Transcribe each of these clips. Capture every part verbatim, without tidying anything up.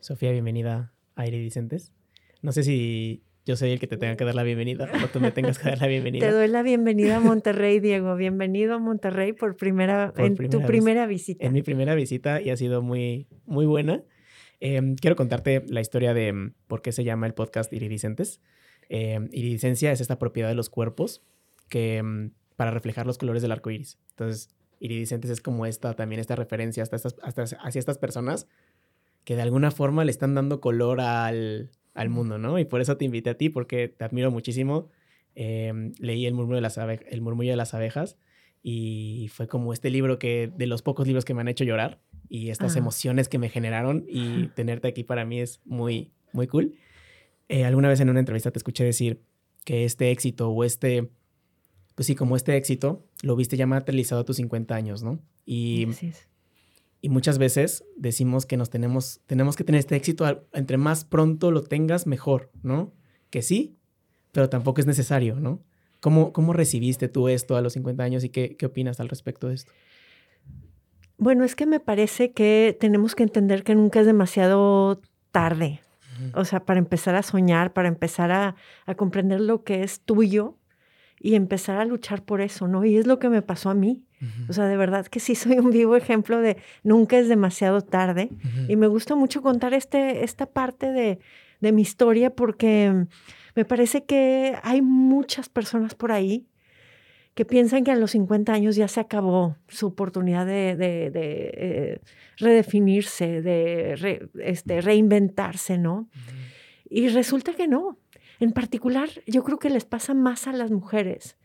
Sofía, bienvenida a Iridicentes. No sé si yo soy el que te tenga que dar la bienvenida o tú me tengas que dar la bienvenida. Te doy la bienvenida a Monterrey, Diego. Bienvenido a Monterrey por primera, Por en primera tu vez. primera visita. En mi primera visita y ha sido muy, muy buena. Eh, quiero contarte la historia de um, por qué se llama el podcast Iridicentes. Eh, iridiscencia es esta propiedad de los cuerpos que um, para reflejar los colores del arco iris. Entonces, iridiscentes es como esta, también esta referencia hasta estas, hasta hacia estas personas que de alguna forma le están dando color al, al mundo, ¿no? Y por eso te invité a ti, porque te admiro muchísimo. Eh, leí el murmullo, de las abe- el murmullo de las abejas y fue como este libro que, de los pocos libros que me han hecho llorar y estas Ah. emociones que me generaron, y tenerte aquí para mí es muy, muy cool. Eh, alguna vez en una entrevista te escuché decir que este éxito o este, pues sí, como este éxito, lo viste ya materializado a tus cincuenta años, ¿no? Y... Así es. Y muchas veces decimos que nos tenemos, tenemos que tener este éxito, al- entre más pronto lo tengas, mejor, ¿no? Que sí, pero tampoco es necesario, ¿no? ¿Cómo, cómo recibiste tú esto a los cincuenta años y qué, qué opinas al respecto de esto? Bueno, es que me parece que tenemos que entender que nunca es demasiado tarde. Ujú. O sea, para empezar a soñar, para empezar a, a comprender lo que es tuyo y empezar a luchar por eso, ¿no? Y es lo que me pasó a mí. Ujú. O sea, de verdad que sí soy un vivo ejemplo de nunca es demasiado tarde. Ujú. Y me gusta mucho contar este, esta parte de, de mi historia porque me parece que hay muchas personas por ahí que piensan que a los cincuenta años ya se acabó su oportunidad de, de, de eh, redefinirse, de re, este, reinventarse, ¿no? Ujú. Y resulta que no. En particular, yo creo que les pasa más a las mujeres,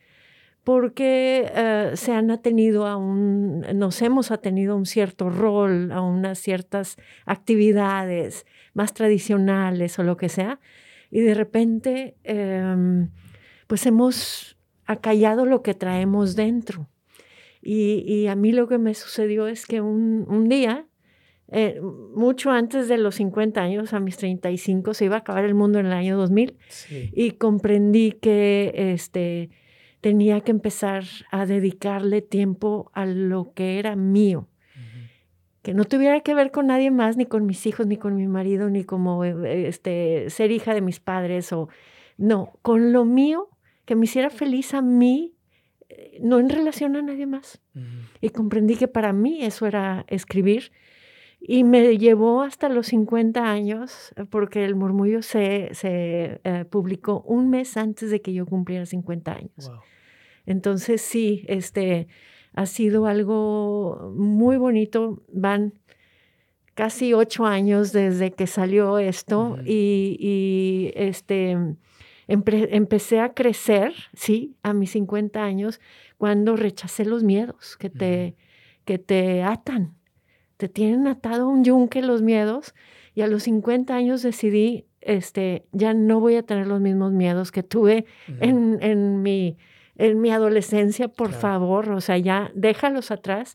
porque uh, se han atenido a un, nos hemos atenido a un cierto rol, a unas ciertas actividades más tradicionales o lo que sea, y de repente, um, pues hemos acallado lo que traemos dentro. Y, y a mí lo que me sucedió es que un, un día, eh, mucho antes de los cincuenta años, a mis treinta y cinco, se iba a acabar el mundo en el año dos mil, Sí. y comprendí que este, tenía que empezar a dedicarle tiempo a lo que era mío, Ujú. que no tuviera que ver con nadie más, ni con mis hijos, ni con mi marido, ni como este, ser hija de mis padres, o no, con lo mío, que me hiciera feliz a mí, no en relación a nadie más. Ujú. Y comprendí que para mí eso era escribir. Y me llevó hasta los cincuenta años, porque el murmullo se, se eh, publicó un mes antes de que yo cumpliera cincuenta años. Wow. Entonces sí, este, ha sido algo muy bonito. Van casi ocho años desde que salió esto. Ujú. y, y este, empe- empecé a crecer, sí, a mis cincuenta años, cuando rechacé los miedos que te, que te atan. Te tienen atado a un yunque los miedos, y a los cincuenta años decidí, este, ya no voy a tener los mismos miedos que tuve Ujú. en, en, mi, en mi adolescencia, por Claro. favor, o sea, ya déjalos atrás.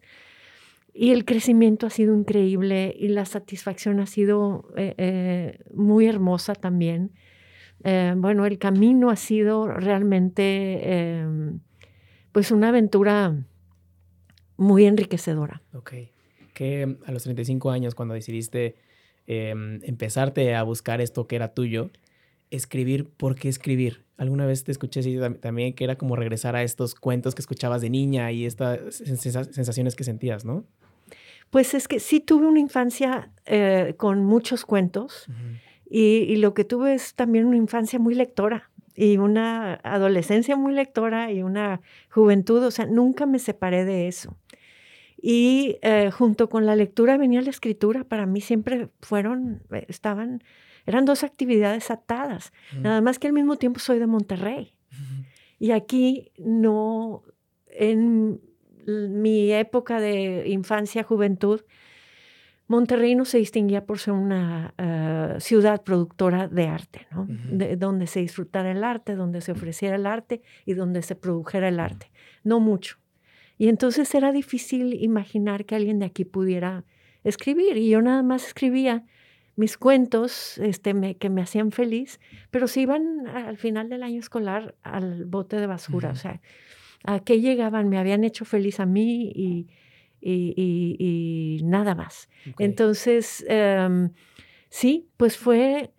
Y el crecimiento ha sido increíble y la satisfacción ha sido eh, eh, muy hermosa también. Eh, bueno, el camino ha sido realmente eh, pues una aventura muy enriquecedora. Ok. Que a los treinta y cinco años, cuando decidiste eh, empezarte a buscar esto que era tuyo, escribir, ¿por qué escribir? Alguna vez te escuché decir tam- también que era como regresar a estos cuentos que escuchabas de niña y estas sens- sensaciones que sentías, ¿no? Pues es que sí tuve una infancia eh, con muchos cuentos, Ujú. y, y lo que tuve es también una infancia muy lectora y una adolescencia muy lectora y una juventud, o sea, nunca me separé de eso. Y eh, junto con la lectura venía la escritura. Para mí siempre fueron, eh, estaban, eran dos actividades atadas. Ujú. Nada más que al mismo tiempo soy de Monterrey. Ujú. Y aquí no, en mi época de infancia, juventud, Monterrey no se distinguía por ser una uh, ciudad productora de arte, ¿no? Ujú. De, donde se disfrutara el arte, donde se ofreciera el arte y donde se produjera el arte. No mucho. Y entonces era difícil imaginar que alguien de aquí pudiera escribir. Y yo nada más escribía mis cuentos este, me, que me hacían feliz, pero se iban al final del año escolar al bote de basura. Ujú. O sea, ¿a qué llegaban? Me habían hecho feliz a mí y, y, y, y nada más. Ok. Entonces, um, sí, pues fue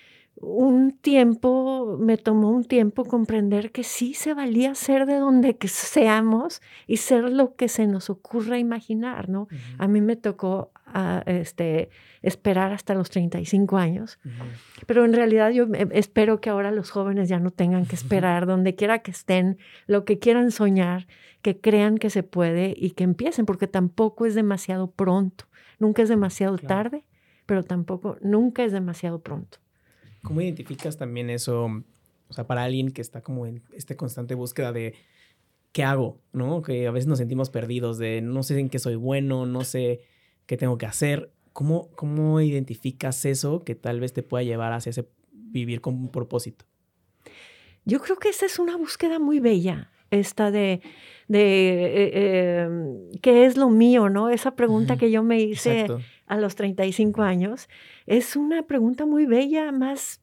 un tiempo, me tomó un tiempo comprender que sí se valía ser de donde que seamos y ser lo que se nos ocurra imaginar, ¿no? Uh-huh. A mí me tocó uh, este, esperar hasta los treinta y cinco años, uh-huh. pero en realidad yo espero que ahora los jóvenes ya no tengan que esperar, donde quiera que estén, lo que quieran soñar, que crean que se puede y que empiecen, porque tampoco es demasiado pronto, nunca es demasiado claro. tarde, pero tampoco, nunca es demasiado pronto. ¿Cómo identificas también eso, o sea, para alguien que está como en esta constante búsqueda de qué hago, ¿no? Que a veces nos sentimos perdidos, de no sé en qué soy bueno, no sé qué tengo que hacer. ¿Cómo, cómo identificas eso que tal vez te pueda llevar hacia ese vivir con un propósito? Yo creo que esa es una búsqueda muy bella, esta de, de eh, eh, ¿qué es lo mío, no? Esa pregunta uh-huh. que yo me hice Exacto. a los treinta y cinco años, es una pregunta muy bella, más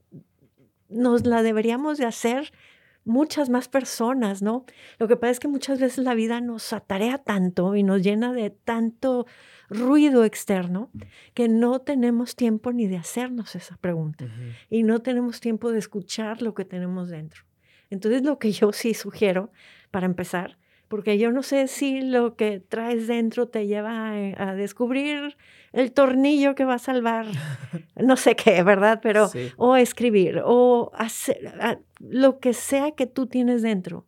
nos la deberíamos de hacer muchas más personas, ¿no? Lo que pasa es que muchas veces la vida nos atarea tanto y nos llena de tanto ruido externo que no tenemos tiempo ni de hacernos esa pregunta uh-huh. y no tenemos tiempo de escuchar lo que tenemos dentro. Entonces, lo que yo sí sugiero, para empezar, porque yo no sé si lo que traes dentro te lleva a, a descubrir el tornillo que va a salvar, no sé qué, ¿verdad? Pero, sí. o escribir, o hacer a, lo que sea que tú tienes dentro.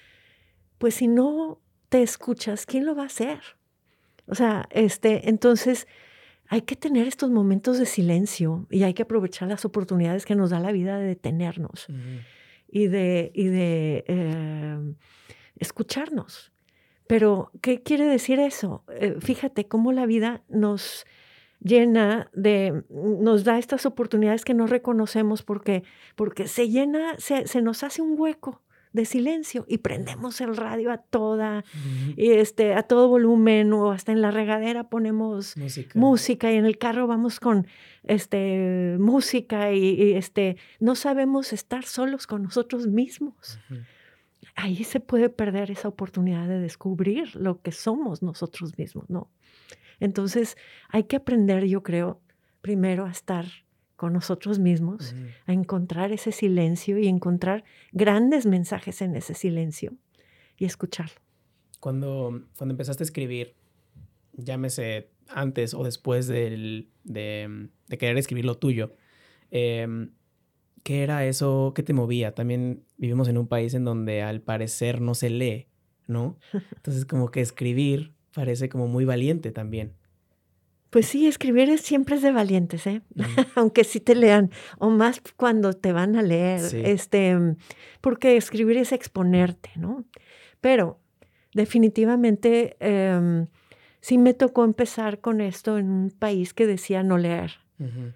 Pues si no te escuchas, ¿quién lo va a hacer? O sea, este, entonces hay que tener estos momentos de silencio y hay que aprovechar las oportunidades que nos da la vida de detenernos uh-huh. y de, y de eh, escucharnos. Pero, ¿qué quiere decir eso? Eh, fíjate cómo la vida nos llena de, nos da estas oportunidades que no reconocemos porque, porque se llena, se, se nos hace un hueco de silencio y prendemos el radio a toda, uh-huh. y este, a todo volumen, o hasta en la regadera ponemos música, música y en el carro vamos con este, música y, y este, no sabemos estar solos con nosotros mismos. Uh-huh. Ahí se puede perder esa oportunidad de descubrir lo que somos nosotros mismos, ¿no? Entonces, hay que aprender, yo creo, primero a estar con nosotros mismos, uh-huh. a encontrar ese silencio y encontrar grandes mensajes en ese silencio y escucharlo. Cuando, cuando empezaste a escribir, llámese antes o después del, de, de querer escribir lo tuyo, eh, ¿qué era eso? ¿Qué te movía? También vivimos en un país en donde al parecer no se lee, ¿no? Entonces como que escribir parece como muy valiente también. Pues sí, escribir es, siempre es de valientes, ¿eh? Mm. Aunque sí te lean, o más cuando te van a leer, sí. este, porque escribir es exponerte, ¿no? Pero definitivamente eh, sí me tocó empezar con esto en un país que decía no leer. Uh-huh.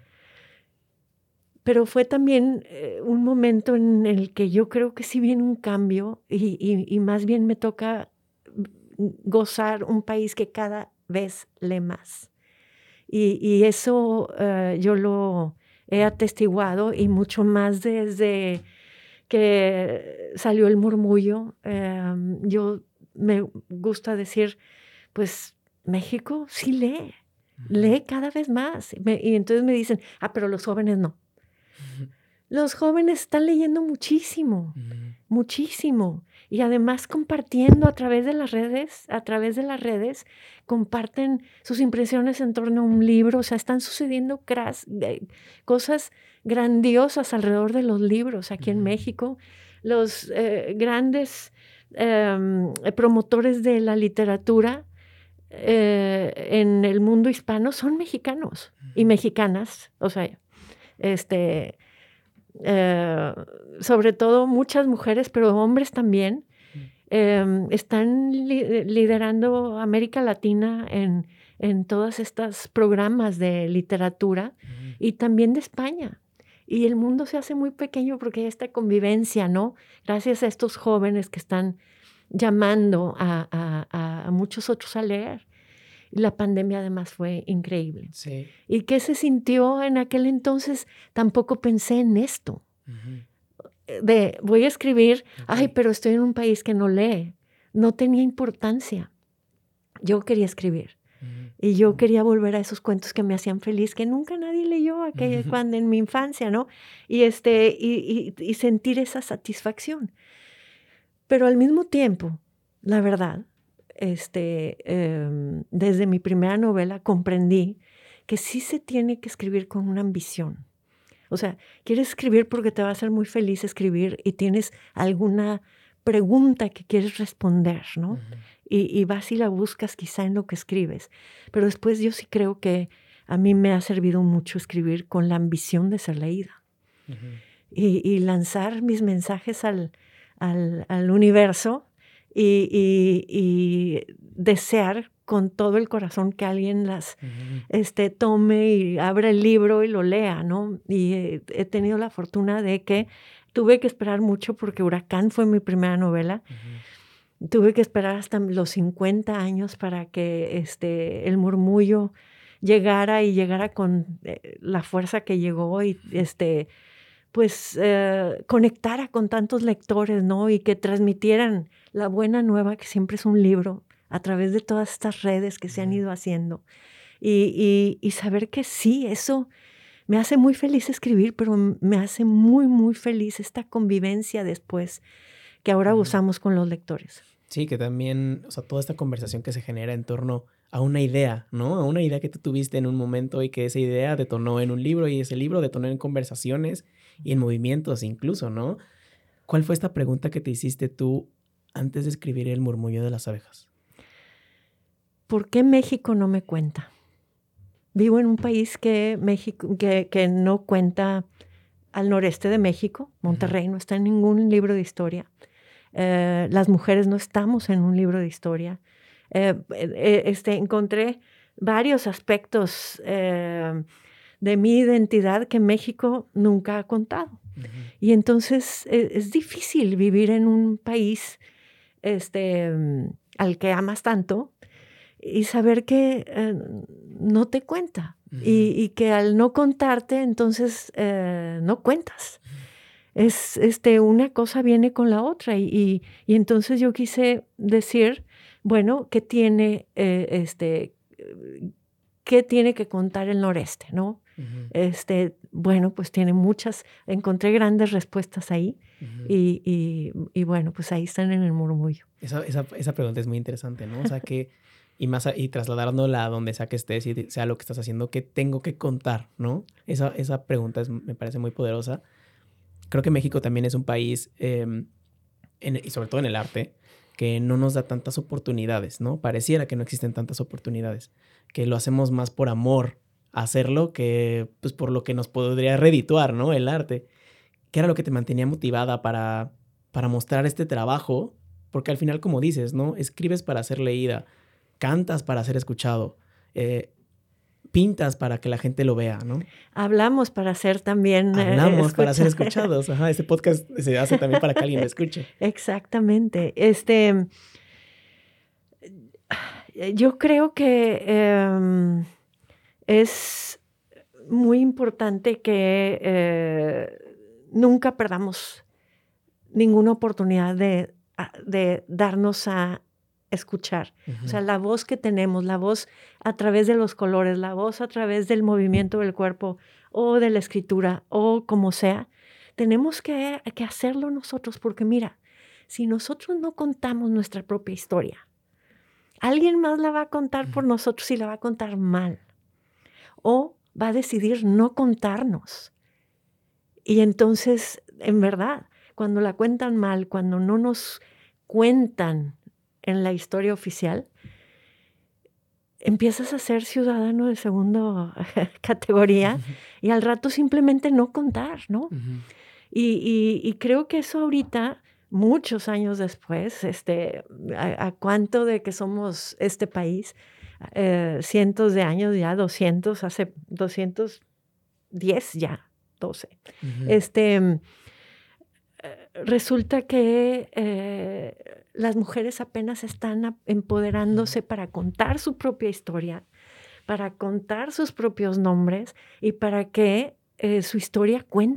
Pero fue también eh, un momento en el que yo creo que sí viene un cambio y, y, y más bien me toca gozar un país que cada vez lee más. Y, y eso uh, yo lo he atestiguado y mucho más desde que salió el murmullo. Um, yo me gusta decir, pues México sí lee, uh-huh. lee cada vez más. Me, y entonces me dicen, ah, pero los jóvenes no. Uh-huh. Los jóvenes están leyendo muchísimo, uh-huh. muchísimo. Y además compartiendo a través de las redes, a través de las redes, comparten sus impresiones en torno a un libro. O sea, están sucediendo cras, cosas grandiosas alrededor de los libros aquí uh-huh. en México. Los eh, grandes eh, promotores de la literatura eh, en el mundo hispano son mexicanos uh-huh. y mexicanas. O sea, este... Eh, sobre todo muchas mujeres, pero hombres también, eh, están li- liderando América Latina en, en todos estos programas de literatura uh-huh. y también de España. Y el mundo se hace muy pequeño porque hay esta convivencia, ¿no? Gracias a estos jóvenes que están llamando a, a, a muchos otros a leer. La pandemia además fue increíble. Sí. ¿Y qué se sintió en aquel entonces? Tampoco pensé en esto. Uh-huh. De voy a escribir, okay. ay, pero estoy en un país que no lee. No tenía importancia. Yo quería escribir. Uh-huh. Y yo quería volver a esos cuentos que me hacían feliz, que nunca nadie leyó aquella, uh-huh. cuando en mi infancia, ¿no? Y, este, y, y, y sentir esa satisfacción. Pero al mismo tiempo, la verdad, este, eh, desde mi primera novela comprendí que sí se tiene que escribir con una ambición. O sea, quieres escribir porque te va a hacer muy feliz escribir y tienes alguna pregunta que quieres responder, ¿no? Uh-huh. Y, y vas y la buscas quizá en lo que escribes. Pero después yo sí creo que a mí me ha servido mucho escribir con la ambición de ser leída. Uh-huh. Y, y lanzar mis mensajes al, al, al universo y, y, y desear con todo el corazón que alguien las uh-huh. este, tome y abra el libro y lo lea, ¿no? Y he, he tenido la fortuna de que tuve que esperar mucho porque Huracán fue mi primera novela. Uh-huh. Tuve que esperar hasta los cincuenta años para que este, El Murmullo llegara y llegara con eh, la fuerza que llegó y este, pues eh, conectara con tantos lectores, ¿no? Y que transmitieran la buena nueva, que siempre es un libro, a través de todas estas redes que se han ido haciendo. Y, y, y saber que sí, eso me hace muy feliz escribir, pero me hace muy, muy feliz esta convivencia después que ahora uh-huh. usamos con los lectores. Sí, que también, o sea, toda esta conversación que se genera en torno a una idea, ¿no? A una idea que tú tuviste en un momento y que esa idea detonó en un libro y ese libro detonó en conversaciones y en movimientos incluso, ¿no? ¿Cuál fue esta pregunta que te hiciste tú antes de escribir El Murmullo de las Abejas? ¿Por qué México no me cuenta? Vivo en un país que, México, que, que no cuenta al noreste de México. Monterrey uh-huh. no está en ningún libro de historia. Eh, las mujeres no estamos en un libro de historia. Eh, eh, este, encontré varios aspectos eh, de mi identidad que México nunca ha contado. Uh-huh. Y entonces eh, es difícil vivir en un país este, al que amas tanto y saber que eh, no te cuenta uh-huh. y, y que al no contarte, entonces eh, no cuentas. Uh-huh. Es, este, una cosa viene con la otra y, y, y entonces yo quise decir, bueno, ¿qué tiene, eh, este, qué tiene que contar el noreste, no? Uh-huh. Este, bueno, pues tiene muchas, encontré grandes respuestas ahí uh-huh. y, y, y bueno, pues ahí están en El Murmullo. Esa, esa, esa pregunta es muy interesante, ¿no? O sea, que y más y trasladándola a donde sea que estés y sea lo que estás haciendo, ¿qué tengo que contar, no? Esa, esa pregunta es, me parece muy poderosa. Creo que México también es un país, eh, en, y sobre todo en el arte, que no nos da tantas oportunidades, ¿no? Pareciera que no existen tantas oportunidades, que lo hacemos más por amor a hacerlo que pues, por lo que nos podría redituar, ¿no? El arte. ¿Qué era lo que te mantenía motivada para, para mostrar este trabajo? Porque al final, como dices, ¿no? Escribes para ser leída, cantas para ser escuchado, eh, pintas para que la gente lo vea, ¿no? Hablamos para ser también Hablamos eh, para ser escuchados. Ajá, este podcast se hace también para que alguien lo escuche. Exactamente. Este, yo creo que eh, es muy importante que eh, nunca perdamos ninguna oportunidad de, de darnos a escuchar. Uh-huh. O sea, la voz que tenemos, la voz a través de los colores, la voz a través del movimiento del cuerpo o de la escritura o como sea, tenemos que, que hacerlo nosotros porque mira, si nosotros no contamos nuestra propia historia, alguien más la va a contar uh-huh. por nosotros y la va a contar mal o va a decidir no contarnos. Y entonces, en verdad, cuando la cuentan mal, cuando no nos cuentan en la historia oficial, empiezas a ser ciudadano de segunda categoría uh-huh. y al rato simplemente no contar, ¿no? Uh-huh. Y, y, y creo que eso ahorita, muchos años después, este, a, a cuánto de que somos este país, eh, cientos de años ya, doscientos, hace doscientos diez ya, doce. Uh-huh. Este... Resulta que eh, las mujeres apenas están empoderándose para contar su propia historia, para contar sus propios nombres y para que eh, su historia cuente.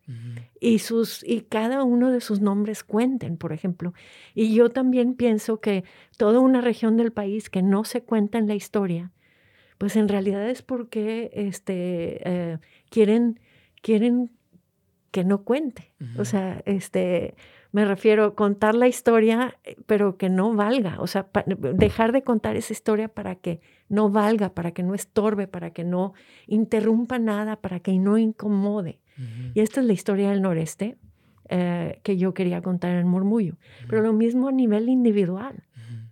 Uh-huh. Y, sus, y cada uno de sus nombres cuenten, por ejemplo. Y yo también pienso que toda una región del país que no se cuenta en la historia, pues en realidad es porque este, eh, quieren, quieren que no cuente. Uh-huh. O sea, este, me refiero a contar la historia, pero que no valga. O sea, pa- dejar de contar esa historia para que no valga, para que no estorbe, para que no interrumpa nada, para que no incomode. Uh-huh. Y esta es la historia del noreste eh, que yo quería contar en el Murmullo. Uh-huh. Pero lo mismo a nivel individual. Uh-huh.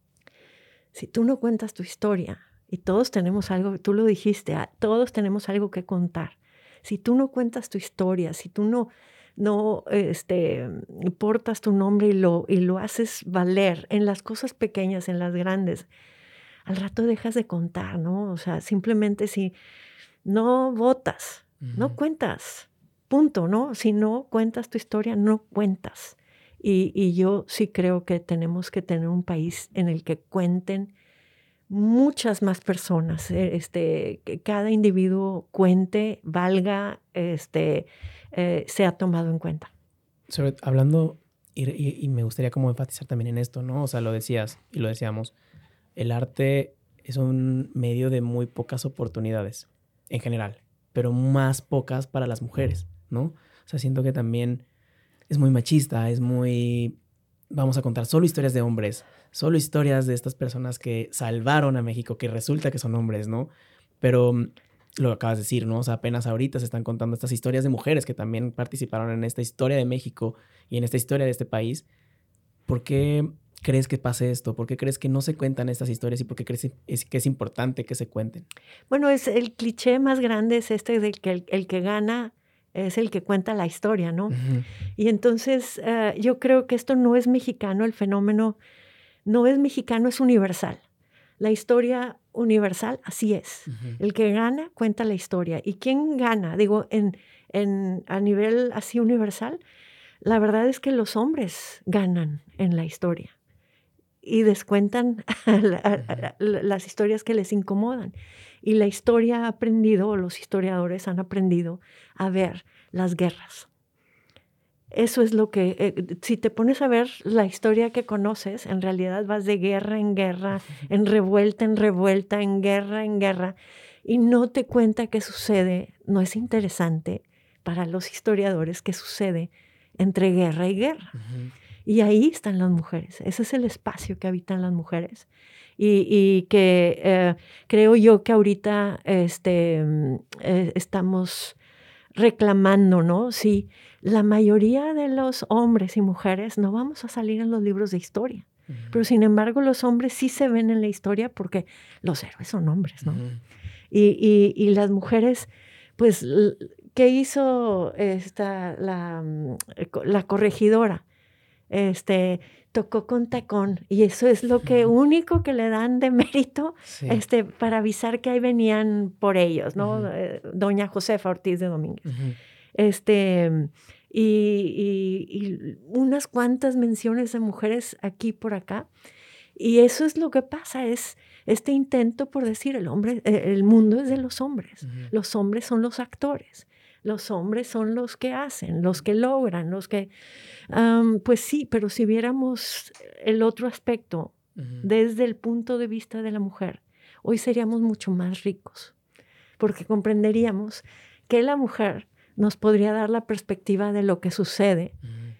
Si tú no cuentas tu historia, y todos tenemos algo, tú lo dijiste, todos tenemos algo que contar. Si tú no cuentas tu historia, si tú no, no este, portas tu nombre y lo, y lo haces valer en las cosas pequeñas, en las grandes, al rato dejas de contar, ¿no? O sea, simplemente si no votas, uh-huh. no cuentas, punto, ¿no? Si no cuentas tu historia, no cuentas. Y, y yo sí creo que tenemos que tener un país en el que cuenten muchas más personas, este, que cada individuo cuente, valga, este, eh, sea tomado en cuenta. Sobre, hablando, y, y, y me gustaría como enfatizar también en esto, ¿no? O sea, lo decías y lo decíamos, el arte es un medio de muy pocas oportunidades en general, pero más pocas para las mujeres, ¿no? O sea, siento que también es muy machista, es muy... Vamos a contar solo historias de hombres, solo historias de estas personas que salvaron a México, que resulta que son hombres, ¿no? Pero lo acabas de decir, ¿no? O sea, apenas ahorita se están contando estas historias de mujeres que también participaron en esta historia de México y en esta historia de este país. ¿Por qué crees que pase esto? ¿Por qué crees que no se cuentan estas historias y por qué crees que es importante que se cuenten? Bueno, es el cliché más grande es este de que el, el que gana es el que cuenta la historia, ¿no? Uh-huh. Y entonces uh, yo creo que esto no es mexicano, el fenómeno no es mexicano, es universal. La historia universal, así es. Uh-huh. El que gana cuenta la historia. ¿Y quién gana? Digo, en, en, a nivel así universal, la verdad es que los hombres ganan en la historia y descuentan la, a, a, las historias que les incomodan. Y la historia ha aprendido, o los historiadores han aprendido a ver las guerras. Eso es lo que, eh, si te pones a ver la historia que conoces, en realidad vas de guerra en guerra, en revuelta en revuelta, en guerra en guerra, y no te cuenta qué sucede, no es interesante para los historiadores qué sucede entre guerra y guerra. Uh-huh. Y ahí están las mujeres, ese es el espacio que habitan las mujeres. Y, y que eh, creo yo que ahorita este, eh, estamos reclamando, ¿no? Sí, la mayoría de los hombres y mujeres no vamos a salir en los libros de historia, uh-huh. pero sin embargo los hombres sí se ven en la historia porque los héroes son hombres, ¿no? Uh-huh. Y, y, y las mujeres, pues, ¿qué hizo esta, la, la corregidora? Este, tocó con tacón y eso es lo que único que le dan de mérito sí. este, para avisar que ahí venían por ellos, ¿no? Uh-huh. Eh, doña Josefa Ortiz de Domínguez. Uh-huh. Este, y, y, y unas cuantas menciones de mujeres aquí por acá. Y eso es lo que pasa, es este intento por decir el hombre, el mundo es de los hombres. Uh-huh. Los hombres son los actores. Los hombres son los que hacen, los que logran, los que... Um, pues sí, pero si viéramos el otro aspecto uh-huh. desde el punto de vista de la mujer, hoy seríamos mucho más ricos, porque comprenderíamos que la mujer nos podría dar la perspectiva de lo que sucede uh-huh.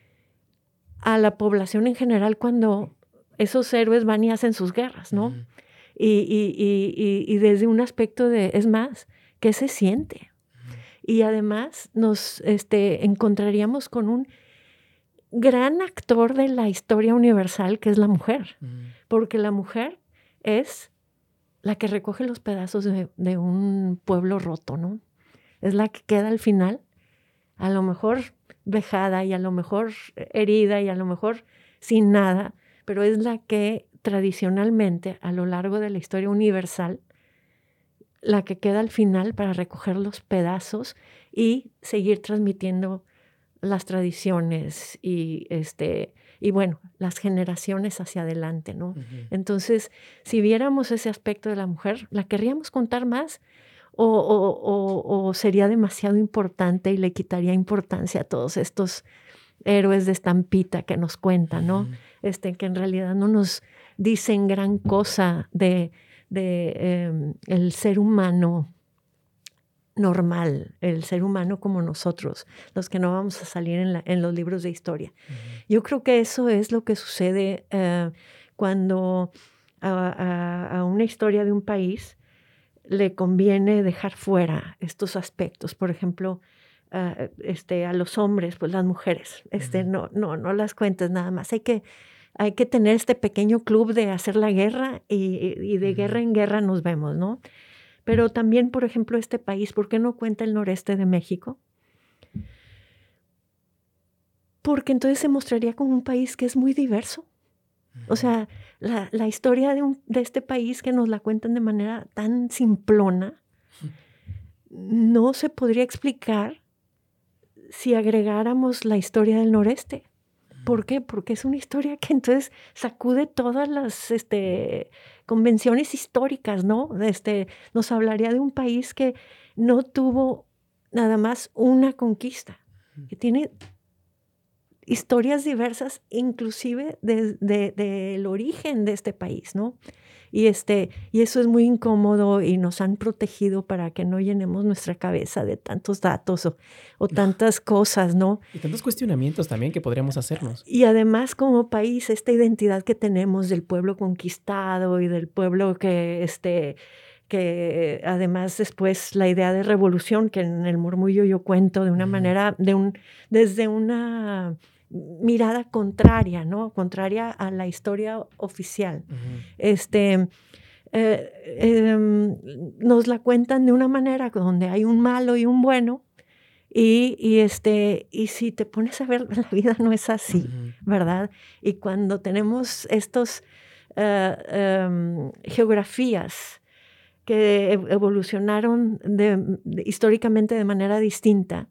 a la población en general cuando esos héroes van y hacen sus guerras, ¿no? Uh-huh. Y, y, y, y, y desde un aspecto de, es más, ¿qué se siente? Uh-huh. Y además nos este, encontraríamos con un gran actor de la historia universal que es la mujer, uh-huh. porque la mujer es la que recoge los pedazos de, de un pueblo roto, ¿no? Es la que queda al final, a lo mejor vejada y a lo mejor herida y a lo mejor sin nada, pero es la que tradicionalmente a lo largo de la historia universal, la que queda al final para recoger los pedazos y seguir transmitiendo las tradiciones y, este, y bueno, las generaciones hacia adelante, ¿no? Uh-huh. Entonces, si viéramos ese aspecto de la mujer, ¿la querríamos contar más o, o, o, o sería demasiado importante y le quitaría importancia a todos estos héroes de estampita que nos cuentan, ¿no? Uh-huh. Este, que en realidad no nos dicen gran cosa de, de eh, el ser humano normal, el ser humano como nosotros, los que no vamos a salir en, la, en los libros de historia. Uh-huh. Yo creo que eso es lo que sucede uh, cuando a, a, a una historia de un país le conviene dejar fuera estos aspectos. Por ejemplo, uh, este, a los hombres, pues las mujeres, este, uh-huh. no, no, no las cuentes nada más. Hay que, hay que tener este pequeño club de hacer la guerra y, y de uh-huh. guerra en guerra nos vemos, ¿no? Pero también, por ejemplo, este país, ¿por qué no cuenta el noreste de México? Porque entonces se mostraría como un país que es muy diverso. O sea, la, la historia de, un, de este país que nos la cuentan de manera tan simplona, no se podría explicar si agregáramos la historia del noreste. ¿Por qué? Porque es una historia que entonces sacude todas las este, convenciones históricas, ¿no? Este, nos hablaría de un país que no tuvo nada más una conquista, que tiene historias diversas, inclusive del de, de origen de este país, ¿no? Y, este, y eso es muy incómodo y nos han protegido para que no llenemos nuestra cabeza de tantos datos o, o tantas cosas, ¿no? Y tantos cuestionamientos también que podríamos hacernos. Y además como país, esta identidad que tenemos del pueblo conquistado y del pueblo que, este, que además después la idea de revolución, que en el Murmullo yo cuento de una uh-huh. manera, de un, desde una mirada contraria, ¿no? Contraria a la historia oficial. Uh-huh. Este, eh, eh, nos la cuentan de una manera donde hay un malo y un bueno, y, y, este, y si te pones a ver, la vida no es así, uh-huh. ¿verdad? Y cuando tenemos estos uh, um, geografías que evolucionaron de, de, históricamente de manera distinta,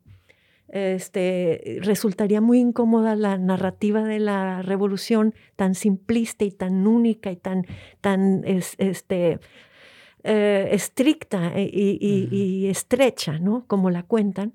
Este, resultaría muy incómoda la narrativa de la revolución tan simplista y tan única y tan, tan es, este, eh, estricta y, y, uh-huh. y estrecha, ¿no? Como la cuentan,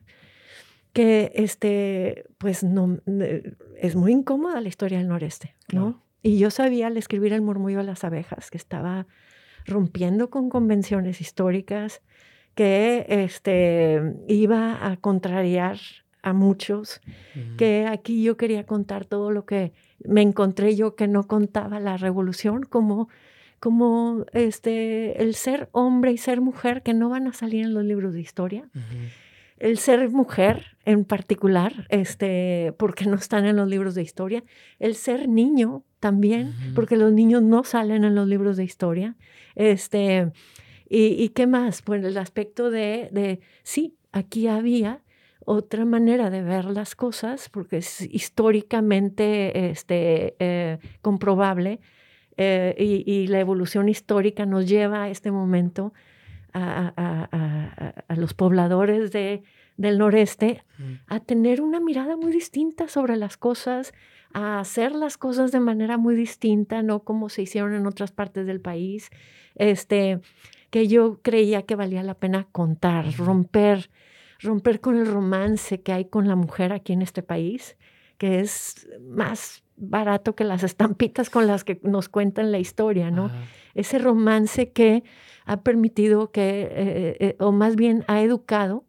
que este, pues no, es muy incómoda la historia del noreste, ¿no? Claro. Y yo sabía al escribir El Murmullo de las Abejas que estaba rompiendo con convenciones históricas, que este, iba a contrariar a muchos, uh-huh. que aquí yo quería contar todo lo que me encontré yo que no contaba la revolución, como, como este, el ser hombre y ser mujer que no van a salir en los libros de historia. Uh-huh. El ser mujer en particular, este, porque no están en los libros de historia. El ser niño también, uh-huh. porque los niños no salen en los libros de historia. Este, y, ¿y qué más? Pues el aspecto de, de, sí, aquí había otra manera de ver las cosas, porque es históricamente este, eh, comprobable, eh, y, y la evolución histórica nos lleva a este momento a, a, a, a los pobladores de, del noreste mm. a tener una mirada muy distinta sobre las cosas, a hacer las cosas de manera muy distinta, no como se hicieron en otras partes del país, este, que yo creía que valía la pena contar, mm. romper, romper con el romance que hay con la mujer aquí en este país, que es más barato que las estampitas con las que nos cuentan la historia, ¿no? Ajá. Ese romance que ha permitido que, eh, eh, o más bien ha educado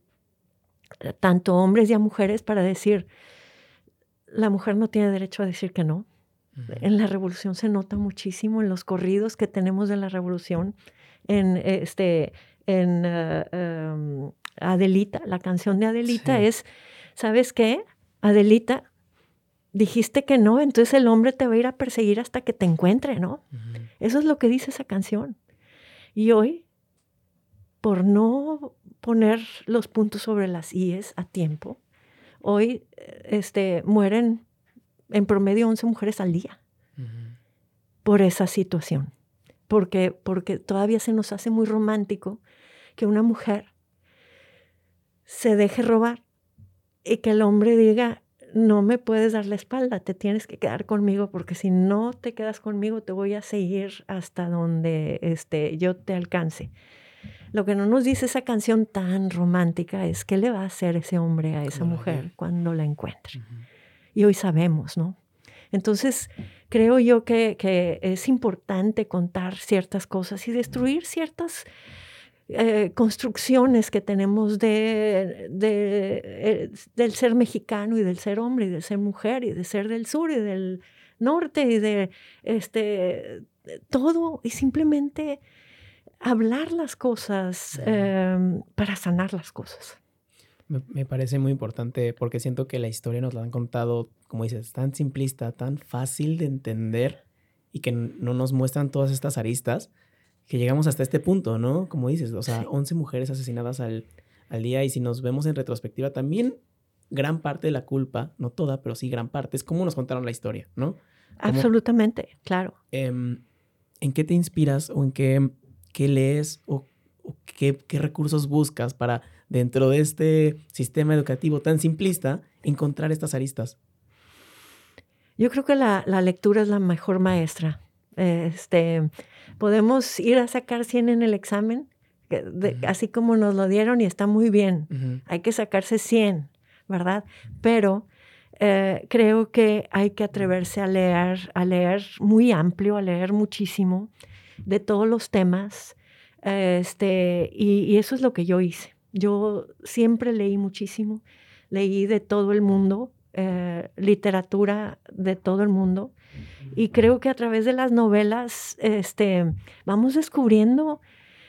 tanto a hombres y a mujeres para decir, la mujer no tiene derecho a decir que no. Uh-huh. En la revolución se nota muchísimo, en los corridos que tenemos de la revolución, en, este, en uh, um, Adelita, la canción de Adelita sí. es, ¿sabes qué? Adelita, dijiste que no, entonces el hombre te va a ir a perseguir hasta que te encuentre, ¿no? Uh-huh. Eso es lo que dice esa canción. Y hoy, por no poner los puntos sobre las íes a tiempo, hoy este, mueren en promedio once mujeres al día uh-huh. por esa situación. Porque, porque todavía se nos hace muy romántico que una mujer se deje robar y que el hombre diga, no me puedes dar la espalda, te tienes que quedar conmigo, porque si no te quedas conmigo te voy a seguir hasta donde este, yo te alcance. Lo que no nos dice esa canción tan romántica es qué le va a hacer ese hombre a esa Claro. mujer cuando la encuentre. Uh-huh. Y hoy sabemos, ¿no? Entonces, creo yo que, que es importante contar ciertas cosas y destruir ciertas eh, construcciones que tenemos de, de, eh, del ser mexicano y del ser hombre y del ser mujer y de ser del sur y del norte y de este, todo, y simplemente hablar las cosas eh, para sanar las cosas. Me, me parece muy importante porque siento que la historia nos la han contado, como dices, tan simplista, tan fácil de entender y que no nos muestran todas estas aristas que llegamos hasta este punto, ¿no? Como dices, o sea, sí. once mujeres asesinadas al, al día, y si nos vemos en retrospectiva también gran parte de la culpa, no toda, pero sí gran parte, es cómo nos contaron la historia, ¿no? Como, absolutamente, claro. Eh, ¿En qué te inspiras o en qué, qué lees o, o qué, qué recursos buscas para, dentro de este sistema educativo tan simplista, encontrar estas aristas? Yo creo que la, la lectura es la mejor maestra. Este, podemos ir a sacar cien en el examen, de, uh-huh. así como nos lo dieron, y está muy bien. Uh-huh. Hay que sacarse cien, ¿verdad? Pero eh, creo que hay que atreverse a leer, a leer muy amplio, a leer muchísimo de todos los temas. Este, y, y eso es lo que yo hice. Yo siempre leí muchísimo, leí de todo el mundo, eh, literatura de todo el mundo, y creo que a través de las novelas este, vamos descubriendo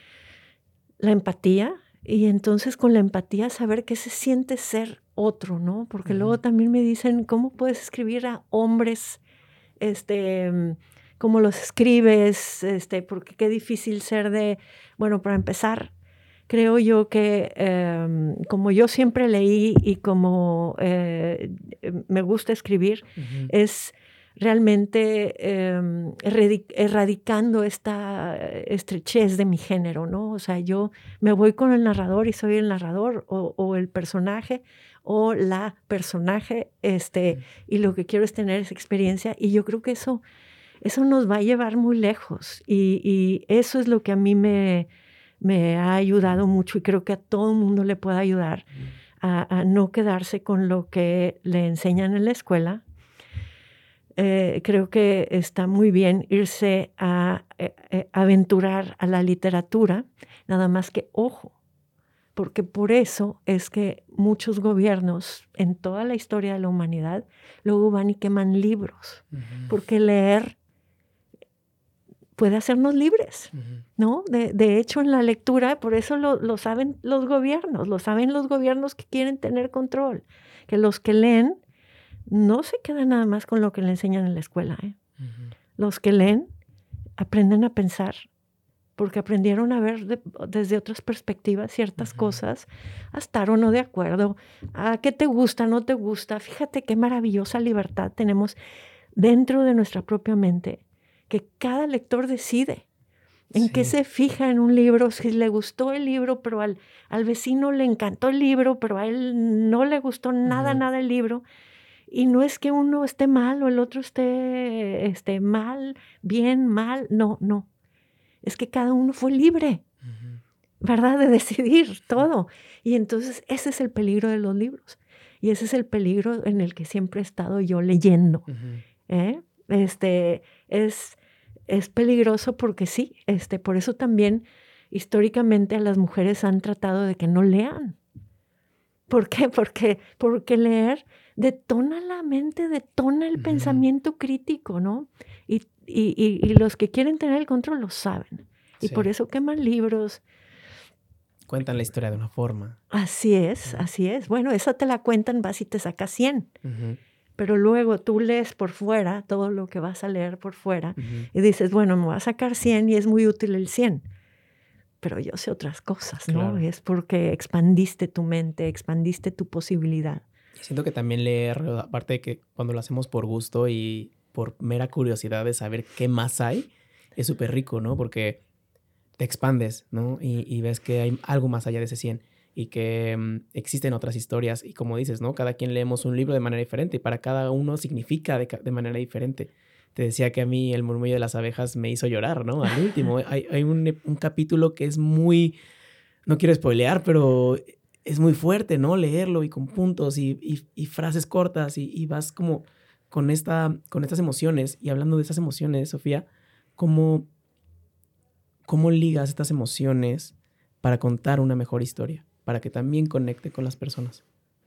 la empatía, y entonces con la empatía saber qué se siente ser otro, ¿no? Porque uh-huh. luego también me dicen, ¿cómo puedes escribir a hombres, este, cómo los escribes? Este, porque qué difícil ser de, bueno, para empezar, creo yo que eh, como yo siempre leí y como eh, me gusta escribir, uh-huh. es realmente eh, erradicando esta estrechez de mi género, ¿no? O sea, yo me voy con el narrador y soy el narrador o, o el personaje o la personaje, este, uh-huh. y lo que quiero es tener esa experiencia, y yo creo que eso, eso nos va a llevar muy lejos, y, y eso es lo que a mí me... me ha ayudado mucho, y creo que a todo el mundo le puede ayudar a, a no quedarse con lo que le enseñan en la escuela. Eh, creo que está muy bien irse a, a, a aventurar a la literatura, nada más que ojo, porque por eso es que muchos gobiernos en toda la historia de la humanidad luego van y queman libros, uh-huh. porque leer puede hacernos libres, uh-huh. ¿no? De, de hecho, en la lectura, por eso lo, lo saben los gobiernos, lo saben los gobiernos que quieren tener control, que los que leen no se quedan nada más con lo que le enseñan en la escuela, ¿eh? Uh-huh. Los que leen aprenden a pensar, porque aprendieron a ver de, desde otras perspectivas ciertas uh-huh. cosas, a estar o no de acuerdo, a qué te gusta, no te gusta. Fíjate qué maravillosa libertad tenemos dentro de nuestra propia mente, que cada lector decide en sí. qué se fija en un libro, si le gustó el libro, pero al, al vecino le encantó el libro, pero a él no le gustó nada, uh-huh. nada el libro. Y no es que uno esté mal o el otro esté, esté mal, bien, mal, no, no. Es que cada uno fue libre, uh-huh. ¿verdad? De decidir todo. Y entonces ese es el peligro de los libros. Y ese es el peligro en el que siempre he estado yo leyendo. Uh-huh. ¿Eh? Este, es, es peligroso porque sí, este, por eso también históricamente a las mujeres han tratado de que no lean. ¿Por qué? Porque, porque leer detona la mente, detona el uh-huh. pensamiento crítico, ¿no? Y, y, y, y los que quieren tener el control lo saben. Y sí. por eso queman libros. Cuentan la historia de una forma. Así es, uh-huh. así es. Bueno, esa te la cuentan, vas y te sacas cien. Uh-huh. Pero luego tú lees por fuera todo lo que vas a leer por fuera uh-huh. y dices, bueno, me voy a sacar cien y es muy útil el cien. Pero yo sé otras cosas, ¿no? Claro. Es porque expandiste tu mente, expandiste tu posibilidad. Siento que también leer, aparte de que cuando lo hacemos por gusto y por mera curiosidad de saber qué más hay, es súper rico, ¿no? Porque te expandes, ¿no? Y, y ves que hay algo más allá de ese cien y que um, existen otras historias. Y como dices, ¿no? Cada quien leemos un libro de manera diferente y para cada uno significa de, de manera diferente. Te decía que a mí el murmullo de las abejas me hizo llorar, ¿no? Al último, hay, hay un, un capítulo que es muy, no quiero spoilear, pero es muy fuerte, ¿no? Leerlo y con puntos y, y, y frases cortas y, y vas como con, esta, con estas emociones. Y hablando de esas emociones, Sofía, ¿cómo, cómo ligas estas emociones para contar una mejor historia? Para que también conecte con las personas.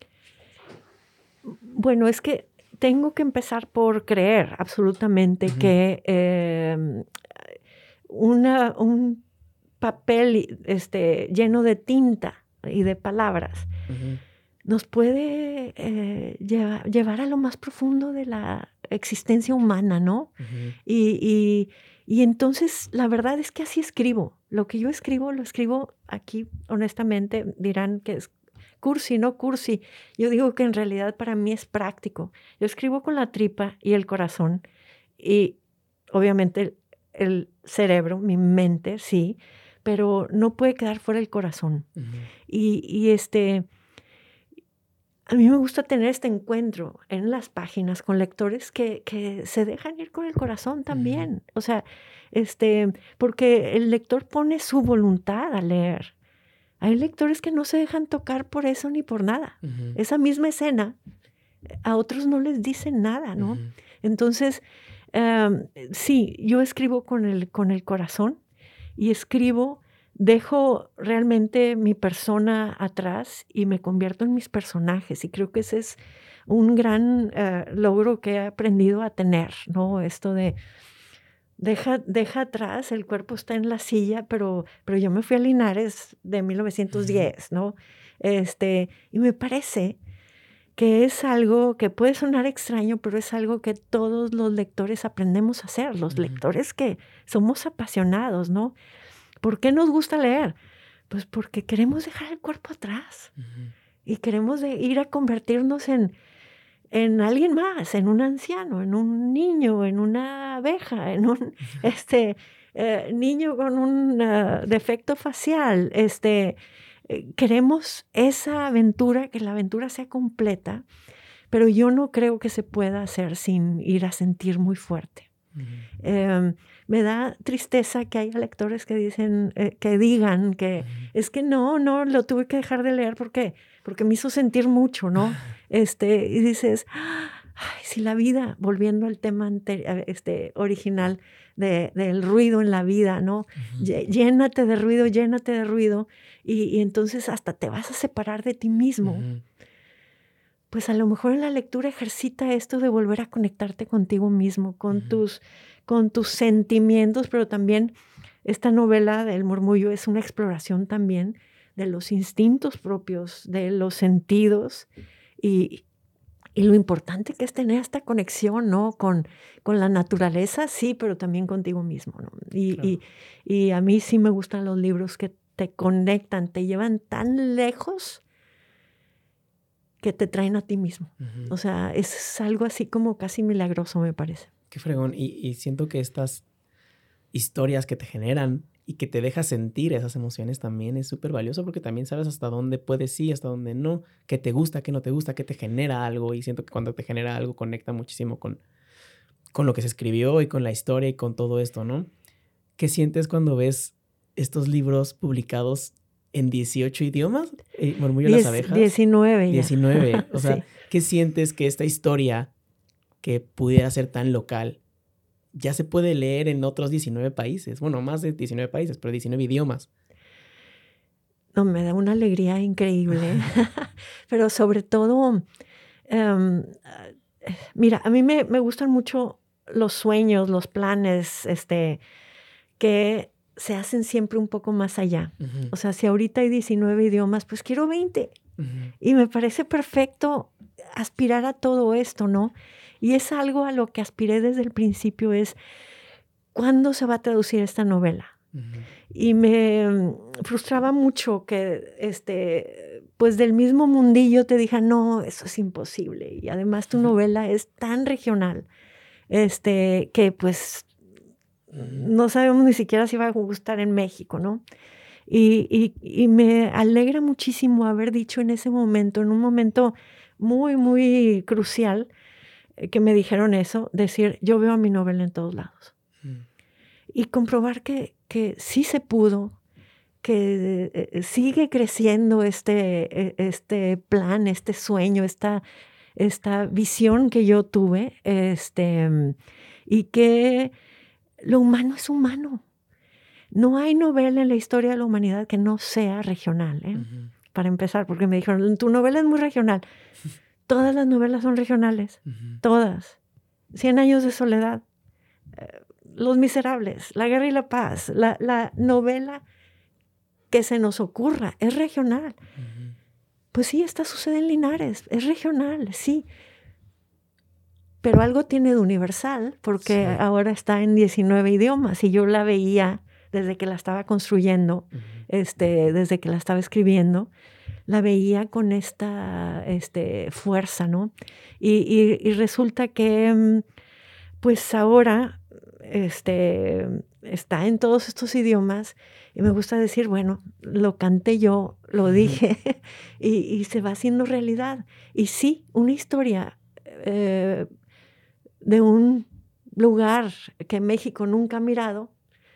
Bueno, es que tengo que empezar por creer absolutamente uh-huh. que eh, una, un papel este, lleno de tinta y de palabras uh-huh. nos puede eh, llevar, llevar a lo más profundo de la existencia humana, ¿no? Uh-huh. Y, y, y entonces la verdad es que así escribo. Lo que yo escribo, lo escribo aquí, honestamente, dirán que es cursi, no cursi. Yo digo que en realidad para mí es práctico. Yo escribo con la tripa y el corazón y obviamente el, el cerebro, mi mente, sí, pero no puede quedar fuera el corazón. Uh-huh. Y, y este, a mí me gusta tener este encuentro en las páginas con lectores que, que se dejan ir con el corazón también. Uh-huh. O sea, este, porque el lector pone su voluntad a leer. Hay lectores que no se dejan tocar por eso ni por nada. Uh-huh. Esa misma escena a otros no les dice nada, ¿no? Uh-huh. Entonces, um, sí, yo escribo con el, con el corazón y escribo, dejo realmente mi persona atrás y me convierto en mis personajes. Y creo que ese es un gran uh, logro que he aprendido a tener, ¿no? Esto de... Deja, deja atrás, el cuerpo está en la silla, pero, pero yo me fui a Linares de mil novecientos diez, ¿no? Este, y me parece que es algo que puede sonar extraño, pero es algo que todos los lectores aprendemos a hacer, los uh-huh. lectores que somos apasionados, ¿no? ¿Por qué nos gusta leer? Pues porque queremos dejar el cuerpo atrás uh-huh. y queremos de ir a convertirnos en... en alguien más, en un anciano, en un niño, en una abeja, en un este, eh, niño con un uh, defecto facial. Este, eh, queremos esa aventura, que la aventura sea completa, pero yo no creo que se pueda hacer sin ir a sentir muy fuerte. Uh-huh. Eh, me da tristeza que haya lectores que dicen, eh, que digan que uh-huh. es que no, no, lo tuve que dejar de leer porque, porque me hizo sentir mucho, ¿no? Este, y dices, ay, si la vida, volviendo al tema anterior, este, original de, del ruido en la vida, ¿no? Uh-huh. Llénate de ruido, llénate de ruido, y, y entonces hasta te vas a separar de ti mismo. Uh-huh. Pues a lo mejor en la lectura ejercita esto de volver a conectarte contigo mismo, con, uh-huh. tus, con tus sentimientos, pero también esta novela del Murmullo es una exploración también de los instintos propios, de los sentidos, y, y lo importante que es tener esta conexión, ¿no? Con, con la naturaleza, sí, pero también contigo mismo, ¿no? Y, claro. y, y a mí sí me gustan los libros que te conectan, te llevan tan lejos que te traen a ti mismo. Uh-huh. O sea, es algo así como casi milagroso, me parece. Qué fregón. Y, y siento que estas historias que te generan y que te deja sentir esas emociones también es súper valioso, porque también sabes hasta dónde puedes ir, hasta dónde no, qué te gusta, qué no te gusta, qué te genera algo. Y siento que cuando te genera algo conecta muchísimo con, con lo que se escribió y con la historia y con todo esto, ¿no? ¿Qué sientes cuando ves estos libros publicados en dieciocho idiomas? Eh, Murmullo de las abejas. diecinueve ya. diecinueve. O sea, sí. ¿Qué sientes que esta historia que pudiera ser tan local ya se puede leer en otros diecinueve países? Bueno, más de diecinueve países, pero diecinueve idiomas. No, me da una alegría increíble. Pero sobre todo, um, mira, a mí me, me gustan mucho los sueños, los planes, este, que se hacen siempre un poco más allá. Uh-huh. O sea, si ahorita hay diecinueve idiomas, pues quiero veinte. Uh-huh. Y me parece perfecto aspirar a todo esto, ¿no? Y es algo a lo que aspiré desde el principio, es ¿cuándo se va a traducir esta novela? Uh-huh. Y me frustraba mucho que, este, pues del mismo mundillo te diga, no, eso es imposible. Y además tu uh-huh. novela es tan regional, este, que pues no sabemos ni siquiera si va a gustar en México, ¿no? Y, y, y me alegra muchísimo haber dicho en ese momento, en un momento muy, muy crucial, que me dijeron eso, decir, yo veo a mi novela en todos lados. Mm. Y comprobar que, que sí se pudo, que eh, sigue creciendo este, este plan, este sueño, esta, esta visión que yo tuve, este, y que lo humano es humano. No hay novela en la historia de la humanidad que no sea regional, ¿eh? Uh-huh. Para empezar, porque me dijeron, tu novela es muy regional. Todas las novelas son regionales, uh-huh. Todas. Cien años de soledad, eh, Los Miserables, La Guerra y la Paz, la, la novela que se nos ocurra es regional. Uh-huh. Pues sí, esta sucede en Linares, es regional, sí. Pero algo tiene de universal, porque sí. Ahora está en diecinueve idiomas y yo la veía desde que la estaba construyendo, uh-huh. este, desde que la estaba escribiendo, la veía con esta este, fuerza, ¿no? Y, y, y resulta que, pues ahora, este, está en todos estos idiomas y me gusta decir, bueno, lo canté yo, lo dije, uh-huh. y, y se va haciendo realidad. Y sí, una historia eh, de un lugar que México nunca ha mirado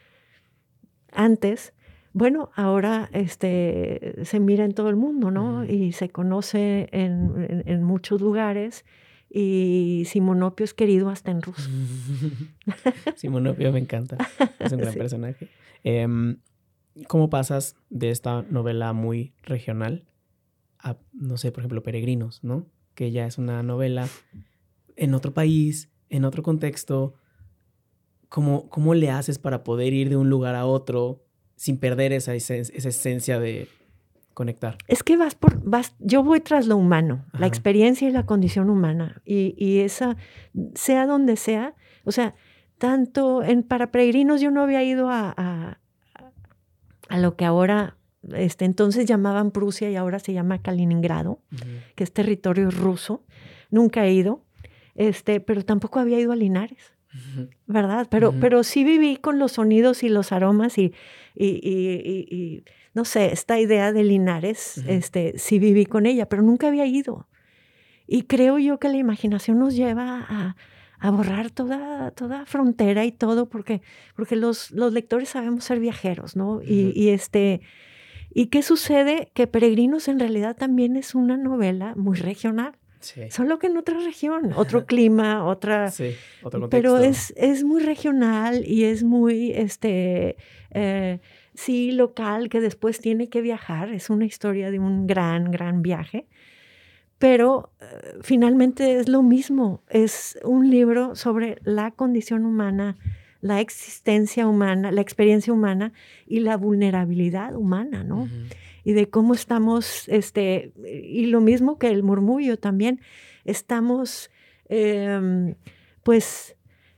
antes, bueno, ahora este, se mira en todo el mundo, ¿no? Uh-huh. Y se conoce en, en, en muchos lugares. Y Simonopio es querido hasta en ruso. Simonopio me encanta. Es un gran sí. personaje. Eh, ¿Cómo pasas de esta novela muy regional a, no sé, por ejemplo, Peregrinos, ¿no? Que ya es una novela en otro país, en otro contexto. ¿Cómo, ¿Cómo le haces para poder ir de un lugar a otro sin perder esa, esa, esa esencia de conectar? Es que vas por, vas, yo voy tras lo humano, ajá. La experiencia y la condición humana. Y, y esa, sea donde sea, o sea, tanto en para Peregrinos yo no había ido a, a, a lo que ahora, este, entonces llamaban Prusia y ahora se llama Kaliningrado, uh-huh. que es territorio ruso. Nunca he ido, este, pero tampoco había ido a Linares. ¿Verdad? Pero, uh-huh. pero sí viví con los sonidos y los aromas y, y, y, y, y no sé, esta idea de Linares, uh-huh. este, sí viví con ella, pero nunca había ido. Y creo yo que la imaginación nos lleva a, a borrar toda, toda frontera y todo, porque, porque los, los lectores sabemos ser viajeros, ¿no? Uh-huh. Y, y, este, ¿y qué sucede? Que Peregrinos en realidad también es una novela muy regional. Sí. Solo que en otra región, otro clima, otra... Sí, otro contexto. Pero es, es muy regional y es muy, este, eh, sí, local, que después tiene que viajar. Es una historia de un gran, gran viaje. Pero eh, finalmente es lo mismo. Es un libro sobre la condición humana, la existencia humana, la experiencia humana y la vulnerabilidad humana, ¿no? Uh-huh. Y de cómo estamos, este, y lo mismo que el murmullo también, estamos, eh, pues,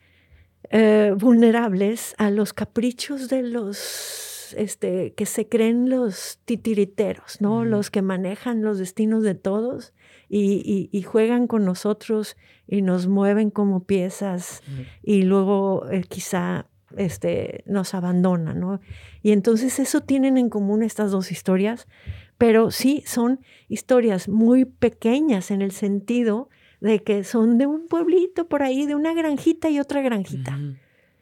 eh, vulnerables a los caprichos de los, este, que se creen los titiriteros, ¿no? Mm. Los que manejan los destinos de todos y, y, y juegan con nosotros y nos mueven como piezas mm. y luego eh, quizá... Este, nos abandona, ¿no? Y entonces eso tienen en común estas dos historias, pero sí son historias muy pequeñas en el sentido de que son de un pueblito por ahí, de una granjita y otra granjita. Uh-huh.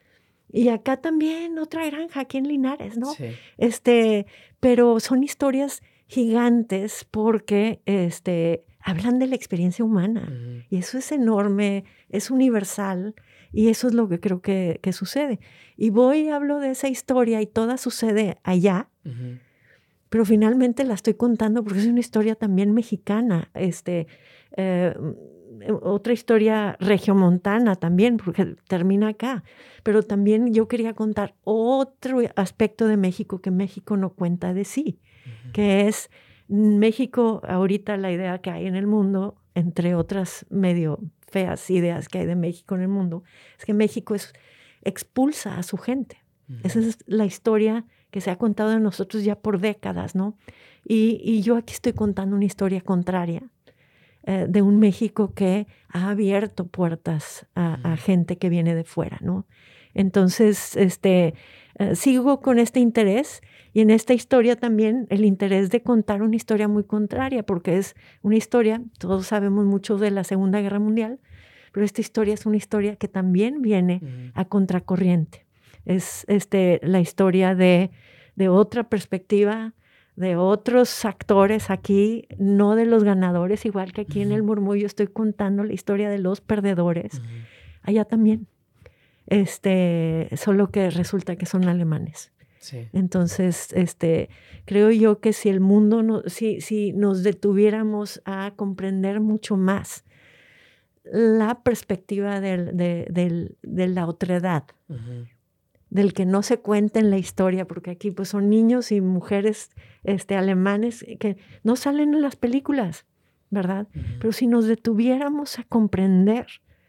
Y acá también otra granja, aquí en Linares, ¿no? Sí. Este, pero son historias gigantes porque este, hablan de la experiencia humana. Uh-huh. Y eso es enorme, es universal. Y eso es lo que creo que, que sucede. Y voy y hablo de esa historia y toda sucede allá, uh-huh. pero finalmente la estoy contando porque es una historia también mexicana, este, eh, otra historia regiomontana también, porque termina acá. Pero también yo quería contar otro aspecto de México que México no cuenta de sí, uh-huh. que es México, ahorita la idea que hay en el mundo, entre otras medio feas ideas que hay de México en el mundo, es que México es, expulsa a su gente. Uh-huh. Esa es la historia que se ha contado de nosotros ya por décadas, ¿no? Y, y yo aquí estoy contando una historia contraria eh, de un México que ha abierto puertas a, uh-huh. a gente que viene de fuera, ¿no? Entonces, este, eh, sigo con este interés y en esta historia también el interés de contar una historia muy contraria, porque es una historia, todos sabemos mucho de la Segunda Guerra Mundial, pero esta historia es una historia que también viene uh-huh. a contracorriente. Es este, la historia de, de otra perspectiva, de otros actores aquí, no de los ganadores, igual que aquí uh-huh. en El Murmullo estoy contando la historia de los perdedores, uh-huh. allá también, este, solo que resulta que son alemanes. Sí. Entonces, este, creo yo que si el mundo, no, si, si nos detuviéramos a comprender mucho más la perspectiva del, de, del, de la otredad, uh-huh. del que no se cuenta en la historia, porque aquí pues son niños y mujeres este, alemanes que no salen en las películas, ¿verdad? Uh-huh. Pero si nos detuviéramos a comprender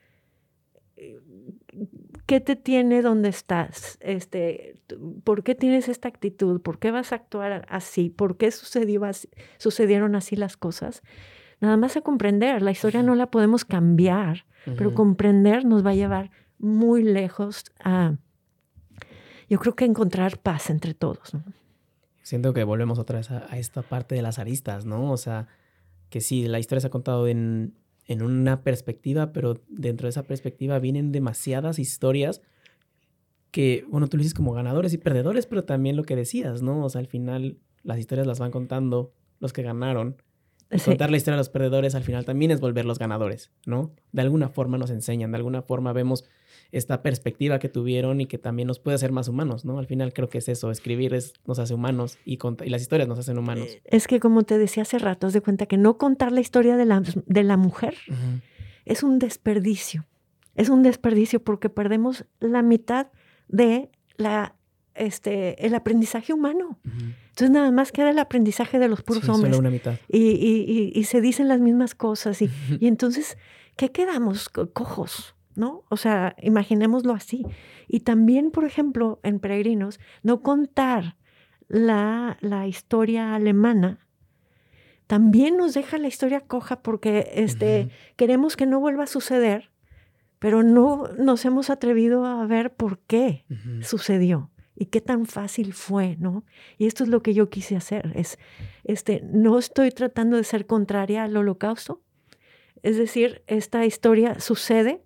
qué te tiene donde estás, este, por qué tienes esta actitud, por qué vas a actuar así, por qué sucedió así, sucedieron así las cosas, nada más a comprender. La historia no la podemos cambiar, uh-huh. pero comprender nos va a llevar muy lejos a, yo creo que encontrar paz entre todos, ¿no? Siento que volvemos otra vez a, a esta parte de las aristas, ¿no? O sea, que sí, la historia se ha contado en, en una perspectiva, pero dentro de esa perspectiva vienen demasiadas historias que, bueno, tú lo dices como ganadores y perdedores, pero también lo que decías, ¿no? O sea, al final las historias las van contando los que ganaron. Y sí. Contar la historia de los perdedores al final también es volver los ganadores, ¿no? De alguna forma nos enseñan, de alguna forma vemos esta perspectiva que tuvieron y que también nos puede hacer más humanos, ¿no? Al final creo que es eso, escribir es, nos hace humanos y, cont- y las historias nos hacen humanos. Es que como te decía hace rato, haz de cuenta que no contar la historia de la, de la mujer uh-huh. es un desperdicio. Es un desperdicio porque perdemos la mitad de la, este, el aprendizaje humano. Uh-huh. Entonces nada más queda el aprendizaje de los puros sí, hombres. Solo una mitad. Y, y, y, y se dicen las mismas cosas. Y, y entonces, ¿qué quedamos? Cojos, ¿no? O sea, imaginémoslo así. Y también, por ejemplo, en Peregrinos, no contar la, la historia alemana también nos deja la historia coja porque este, uh-huh. queremos que no vuelva a suceder, pero no nos hemos atrevido a ver por qué uh-huh. sucedió. Y qué tan fácil fue, ¿no? Y esto es lo que yo quise hacer. Es, este, no estoy tratando de ser contraria al Holocausto. Es decir, esta historia sucede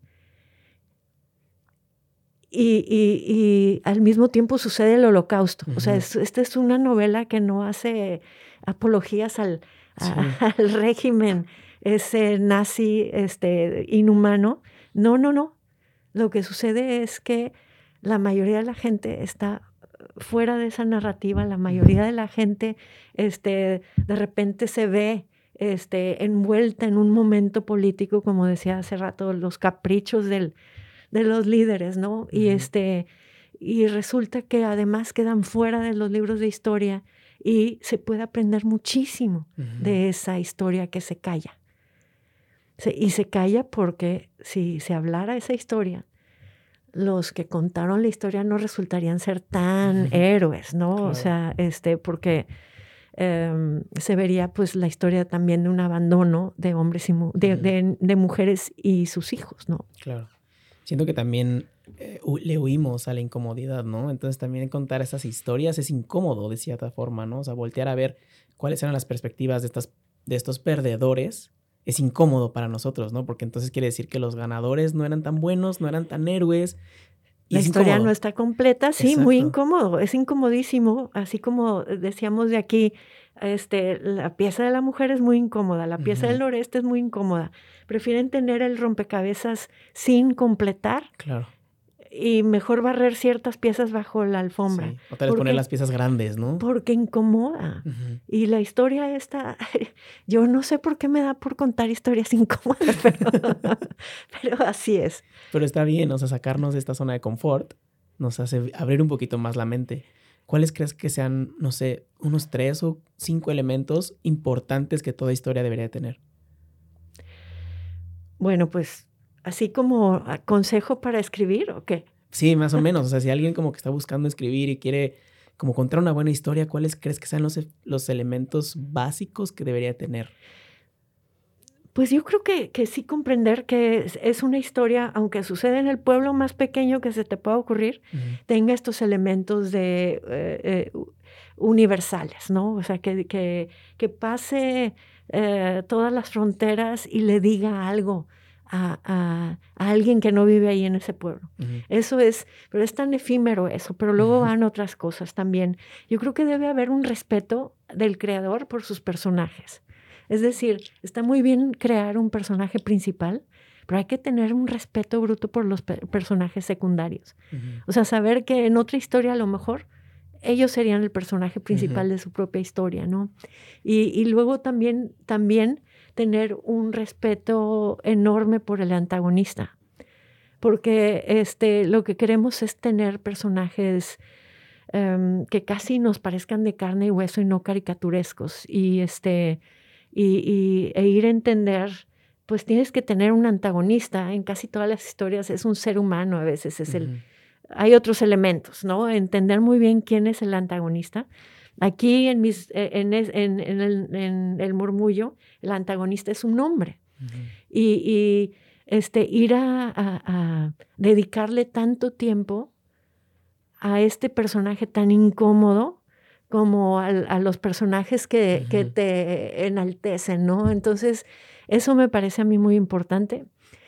y, y, y al mismo tiempo sucede el Holocausto. Uh-huh. O sea, es, esta es una novela que no hace apologías al, a, sí. al régimen ese nazi este, inhumano. No, no, no. Lo que sucede es que la mayoría de la gente está fuera de esa narrativa, la mayoría de la gente este, de repente se ve este, envuelta en un momento político, como decía hace rato, los caprichos del, de los líderes, ¿no? Uh-huh. Y, este, y resulta que además quedan fuera de los libros de historia y se puede aprender muchísimo uh-huh. de esa historia que se calla. Se, y se calla porque si se hablara esa historia, los que contaron la historia no resultarían ser tan uh-huh. héroes, ¿no? Claro. O sea, este, porque eh, se vería pues la historia también de un abandono de hombres y mu- de, uh-huh. de, de mujeres y sus hijos, ¿no? Claro. Siento que también eh, le huimos a la incomodidad, ¿no? Entonces también contar esas historias es incómodo de cierta forma, ¿no? O sea, voltear a ver cuáles eran las perspectivas de, estas, de estos perdedores es incómodo para nosotros, ¿no? Porque entonces quiere decir que los ganadores no eran tan buenos, no eran tan héroes. Y la es historia incómodo. No está completa, sí, Exacto. Muy incómodo, es incomodísimo, así como decíamos de aquí, este, la pieza de la mujer es muy incómoda, la pieza uh-huh. del noreste es muy incómoda. Prefieren tener el rompecabezas sin completar. Claro. Y mejor barrer ciertas piezas bajo la alfombra. Sí. O tal vez poner las piezas grandes, ¿no? Porque incomoda. Uh-huh. Y la historia esta, yo no sé por qué me da por contar historias incómodas, pero, pero así es. Pero está bien, o sea, sacarnos de esta zona de confort nos hace abrir un poquito más la mente. ¿Cuáles crees que sean, no sé, unos tres o cinco elementos importantes que toda historia debería tener? Bueno, pues así como consejo para escribir, ¿o qué? Sí, más o menos. O sea, si alguien como que está buscando escribir y quiere como contar una buena historia, ¿cuáles crees que sean los, los elementos básicos que debería tener? Pues yo creo que, que sí comprender que es, es una historia, aunque sucede en el pueblo más pequeño que se te pueda ocurrir, uh-huh. tenga estos elementos de eh, eh, universales, ¿no? O sea, que, que, que pase eh, todas las fronteras y le diga algo a, a, a alguien que no vive ahí en ese pueblo. Uh-huh. Eso es, pero es tan efímero eso, pero luego van otras cosas también. Yo creo que debe haber un respeto del creador por sus personajes. Es decir, está muy bien crear un personaje principal, pero hay que tener un respeto bruto por los pe- personajes secundarios. Uh-huh. O sea, saber que en otra historia a lo mejor ellos serían el personaje principal uh-huh. de su propia historia, ¿no? Y, y luego también, también tener un respeto enorme por el antagonista, porque este, lo que queremos es tener personajes um, que casi nos parezcan de carne y hueso y no caricaturescos, y, este, y, y, e ir a entender, pues tienes que tener un antagonista. En casi todas las historias es un ser humano, a veces es uh-huh. el... Hay otros elementos, ¿no? Entender muy bien quién es el antagonista. Aquí en, mis, en, en, en, el, en el Murmullo, el antagonista es un hombre. Uh-huh. Y, y este, ir a, a, a dedicarle tanto tiempo a este personaje tan incómodo como a, a los personajes que, uh-huh. que te enaltecen, ¿no? Entonces, eso me parece a mí muy importante.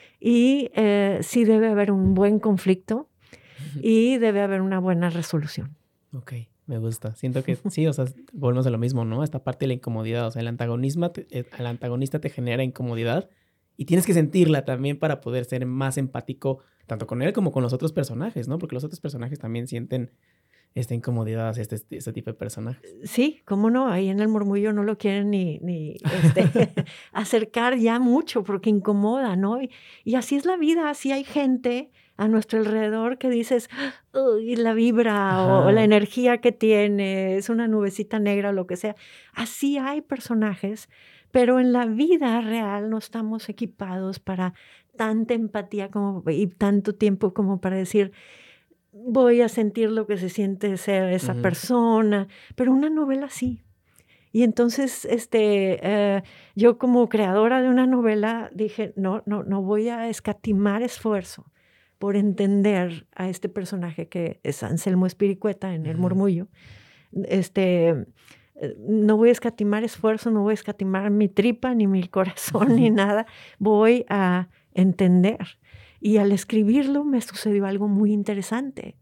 Y eh, sí debe haber un buen conflicto uh-huh. y debe haber una buena resolución. Ok. Me gusta. Siento que sí, o sea, volvemos a lo mismo, ¿no? Esta parte de la incomodidad. O sea, el antagonista te, el antagonista te genera incomodidad y tienes que sentirla también para poder ser más empático tanto con él como con los otros personajes, ¿no? Porque los otros personajes también sienten esta incomodidad hacia este, este tipo de personajes. Sí, cómo no. Ahí en el Murmullo no lo quieren ni, ni este, acercar ya mucho porque incomoda, ¿no? Y, y así es la vida. Así hay gente a nuestro alrededor que dices, uy, la vibra o, o la energía que tiene, es una nubecita negra o lo que sea. Así hay personajes, pero en la vida real no estamos equipados para tanta empatía como, y tanto tiempo como para decir, voy a sentir lo que se siente ser esa uh-huh. persona, pero una novela sí. Y entonces, este, eh, yo como creadora de una novela dije, no, no, no voy a escatimar esfuerzo por entender a este personaje que es Anselmo Espiricueta en uh-huh. El Murmullo. Este, no voy a escatimar esfuerzo, no voy a escatimar mi tripa, ni mi corazón, uh-huh. ni nada. Voy a entender. Y al escribirlo me sucedió algo muy interesante.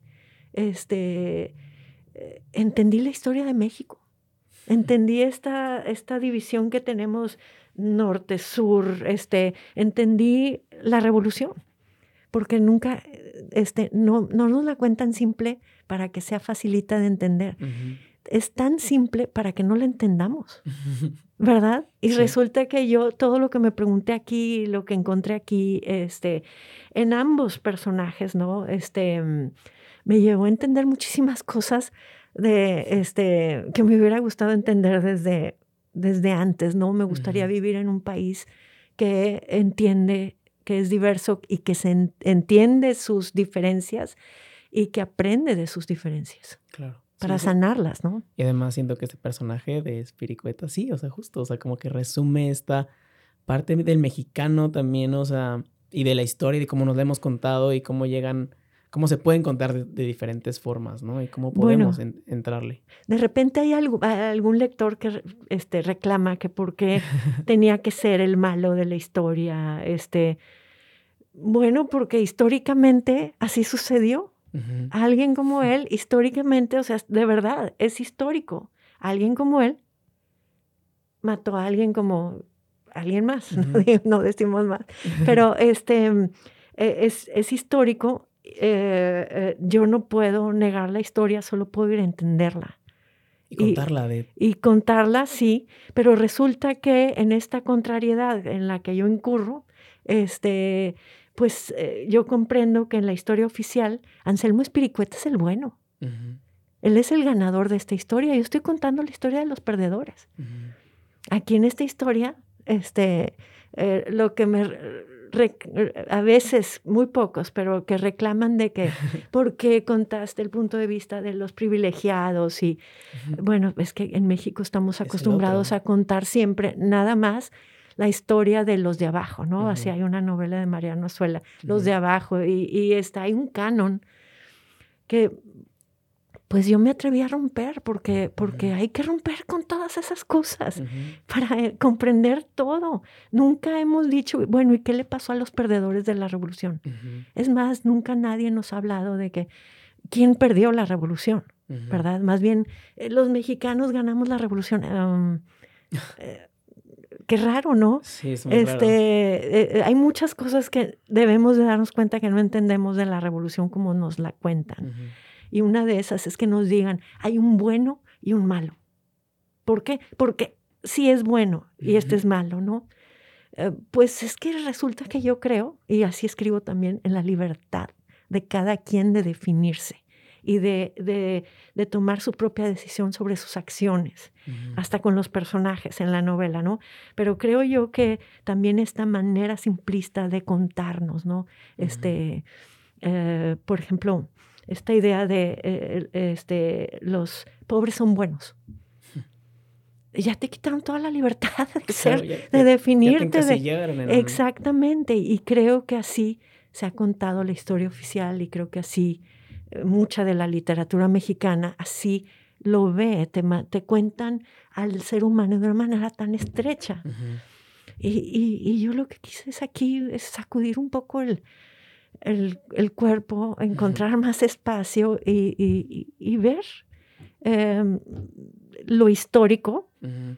Este, eh, entendí la historia de México. Entendí esta, esta división que tenemos norte-sur. Este, entendí la revolución. Porque nunca, este, no, no nos la cuentan simple para que sea facilita de entender. Uh-huh. Es tan simple para que no la entendamos, ¿verdad? Y sí. Resulta que yo, todo lo que me pregunté aquí, lo que encontré aquí, este, en ambos personajes, ¿no? Este, me llevó a entender muchísimas cosas de, este, que me hubiera gustado entender desde, desde antes, ¿no? Me gustaría uh-huh. vivir en un país que entiende, que es diverso y que se en, entiende sus diferencias y que aprende de sus diferencias. Claro. Para sí, sanarlas, ¿no? Y además siento que este personaje de Espiricueta, sí, o sea, justo, o sea, como que resume esta parte del mexicano también, o sea, y de la historia y de cómo nos la hemos contado y cómo llegan, cómo se pueden contar de, de diferentes formas, ¿no? Y cómo podemos bueno, en, entrarle. De repente hay algo, algún lector que este, reclama que por qué tenía que ser el malo de la historia, este, bueno, porque históricamente así sucedió. Uh-huh. Alguien como él, históricamente, o sea, de verdad, es histórico. Alguien como él mató a alguien como alguien más, uh-huh. no, no decimos más. Pero este, es, es histórico. Eh, eh, yo no puedo negar la historia, solo puedo ir a entenderla. Y contarla. De... Y, y contarla, sí, pero resulta que en esta contrariedad en la que yo incurro, este... pues eh, yo comprendo que en la historia oficial Anselmo Espiricueta es el bueno. Uh-huh. Él es el ganador de esta historia. Yo estoy contando la historia de los perdedores. Uh-huh. Aquí en esta historia, este, eh, lo que me... Re, a veces, muy pocos, pero que reclaman de que, ¿por qué contaste el punto de vista de los privilegiados? Y uh-huh. bueno, es que en México estamos acostumbrados a contar siempre nada más la historia de los de abajo, ¿no? Uh-huh. Así hay una novela de Mariano Azuela, los uh-huh. de abajo, y, y está, hay un canon que pues yo me atreví a romper porque, porque uh-huh. hay que romper con todas esas cosas uh-huh. para eh, comprender todo. Nunca hemos dicho, bueno, ¿y qué le pasó a los perdedores de la revolución? Uh-huh. Es más, nunca nadie nos ha hablado de que quién perdió la revolución, uh-huh. ¿verdad? Más bien, eh, los mexicanos ganamos la revolución. Um, eh, qué raro, ¿no? Sí, es muy este, raro. Eh, hay muchas cosas que debemos de darnos cuenta que no entendemos de la revolución como nos la cuentan. Uh-huh. Y una de esas es que nos digan, hay un bueno y un malo. ¿Por qué? Porque sí es bueno y este es malo, ¿no? Eh, pues es que resulta que yo creo, y así escribo también, en la libertad de cada quien de definirse y de, de, de tomar su propia decisión sobre sus acciones, uh-huh. hasta con los personajes en la novela, ¿no? Pero creo yo que también esta manera simplista de contarnos, ¿no? Uh-huh. Este, eh, por ejemplo, esta idea de eh, este, los pobres son buenos. Ya te quitaron toda la libertad de claro, ser, ya, de ya, definirte. Ya te de, en exactamente, y creo que así se ha contado la historia oficial y creo que así eh, mucha de la literatura mexicana así lo ve, te, te cuentan al ser humano de una manera tan estrecha. Uh-huh. Y, y, y yo lo que quise es aquí es sacudir un poco el... El, el cuerpo, encontrar uh-huh. más espacio y, y, y ver eh, lo histórico uh-huh.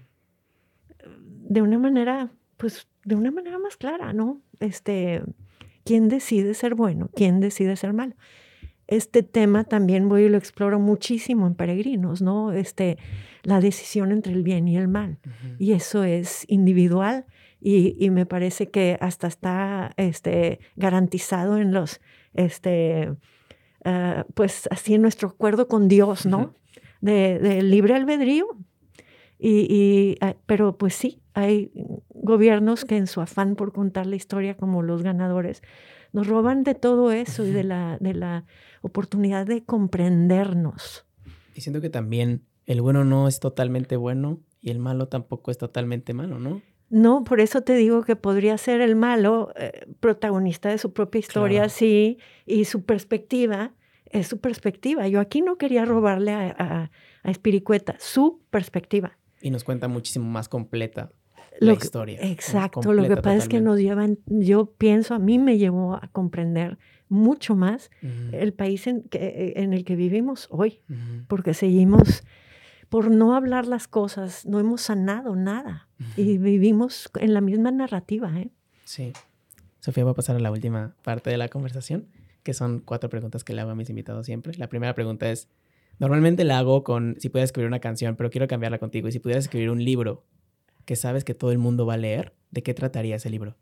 de una manera, pues, de una manera más clara, ¿no? Este, ¿quién decide ser bueno? ¿Quién decide ser malo? Este tema también voy y lo exploro muchísimo en Peregrinos, ¿no? Este, la decisión entre el bien y el mal. Uh-huh. Y eso es individual. Y, y me parece que hasta está este, garantizado en los, este, uh, pues así en nuestro acuerdo con Dios, ¿no? Uh-huh. De, de libre albedrío. Y, y, uh, pero pues sí, hay gobiernos que en su afán por contar la historia como los ganadores, nos roban de todo eso uh-huh. y de la, de la oportunidad de comprendernos. Y siento que también el bueno no es totalmente bueno y el malo tampoco es totalmente malo, ¿no? No, por eso te digo que podría ser el malo eh, protagonista de su propia historia, claro. sí, y su perspectiva es su perspectiva. Yo aquí no quería robarle a, a, a Espiricueta su perspectiva. Y nos cuenta muchísimo más completa lo la que, historia. Exacto, completa, lo que pasa totalmente. Es que nos llevan, yo pienso, a mí me llevó a comprender mucho más uh-huh. el país en, que, en el que vivimos hoy, uh-huh. porque seguimos... Por no hablar las cosas, no hemos sanado nada. Uh-huh. Y vivimos en la misma narrativa, ¿eh? Sí. Sofía va a pasar a la última parte de la conversación, que son cuatro preguntas que le hago a mis invitados siempre. La primera pregunta es, normalmente la hago con si puedes escribir una canción, pero quiero cambiarla contigo. Y si pudieras escribir un libro que sabes que todo el mundo va a leer, ¿de qué trataría ese libro?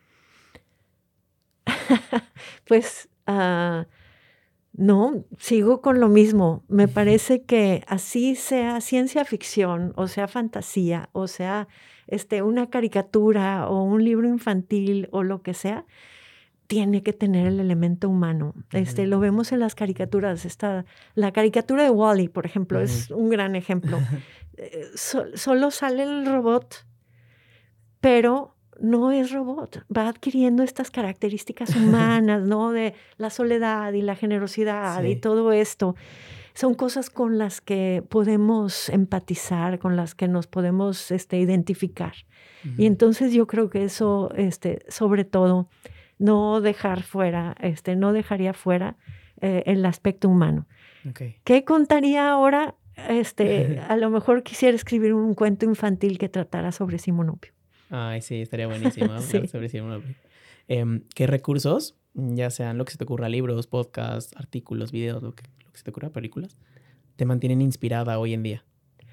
Pues... Uh... No, sigo con lo mismo. Me parece que así sea ciencia ficción, o sea fantasía, o sea este, una caricatura o un libro infantil o lo que sea, tiene que tener el elemento humano. Uh-huh. Este, lo vemos en las caricaturas. Esta, la caricatura de Wall-E, por ejemplo, uh-huh. es un gran ejemplo. eh, so, solo sale el robot, pero... no es robot, va adquiriendo estas características humanas, ¿no? De la soledad y la generosidad sí. y todo esto. Son cosas con las que podemos empatizar, con las que nos podemos este, identificar. Uh-huh. Y entonces yo creo que eso, este, sobre todo, no dejar fuera, este, no dejaría fuera eh, el aspecto humano. Okay. ¿Qué contaría ahora? Este, a lo mejor quisiera escribir un cuento infantil que tratara sobre Simonopio. Ay, sí, estaría buenísimo hablar sí. sobre Simonopio. Eh, ¿Qué recursos, ya sean lo que se te ocurra, libros, podcasts, artículos, videos, lo que, lo que se te ocurra, películas, te mantienen inspirada hoy en día?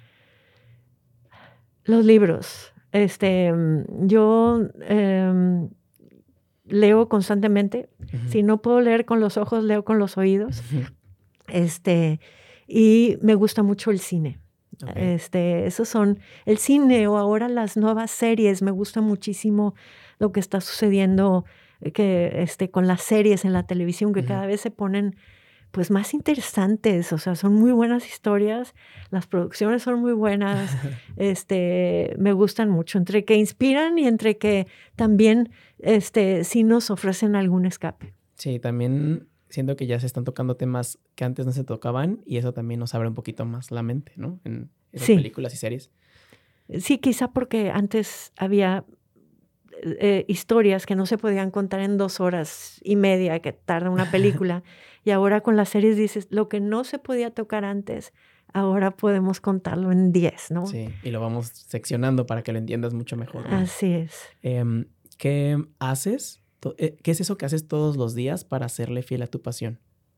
Los libros. Este, yo eh, leo constantemente. Uh-huh. Si no puedo leer con los ojos, leo con los oídos. Uh-huh. Este, y me gusta mucho el cine. Okay. Este, esos son el cine o ahora las nuevas series. Me gusta muchísimo lo que está sucediendo que, este, con las series en la televisión, que uh-huh. cada vez se ponen pues, más interesantes. O sea, son muy buenas historias, las producciones son muy buenas, este, me gustan mucho, entre que inspiran y entre que también este, sí nos ofrecen algún escape. Sí, también siento que ya se están tocando temas que antes no se tocaban y eso también nos abre un poquito más la mente, ¿no? En esas Sí. películas y series. Sí, quizá porque antes había eh, historias que no se podían contar en dos horas y media que tarda una película y ahora con las series dices, lo que no se podía tocar antes, ahora podemos contarlo en diez, ¿no? Sí, y lo vamos seccionando para que lo entiendas mucho mejor, ¿no? Así es. Eh, ¿Qué haces? ¿Qué es eso que haces todos los días para serle fiel a tu pasión?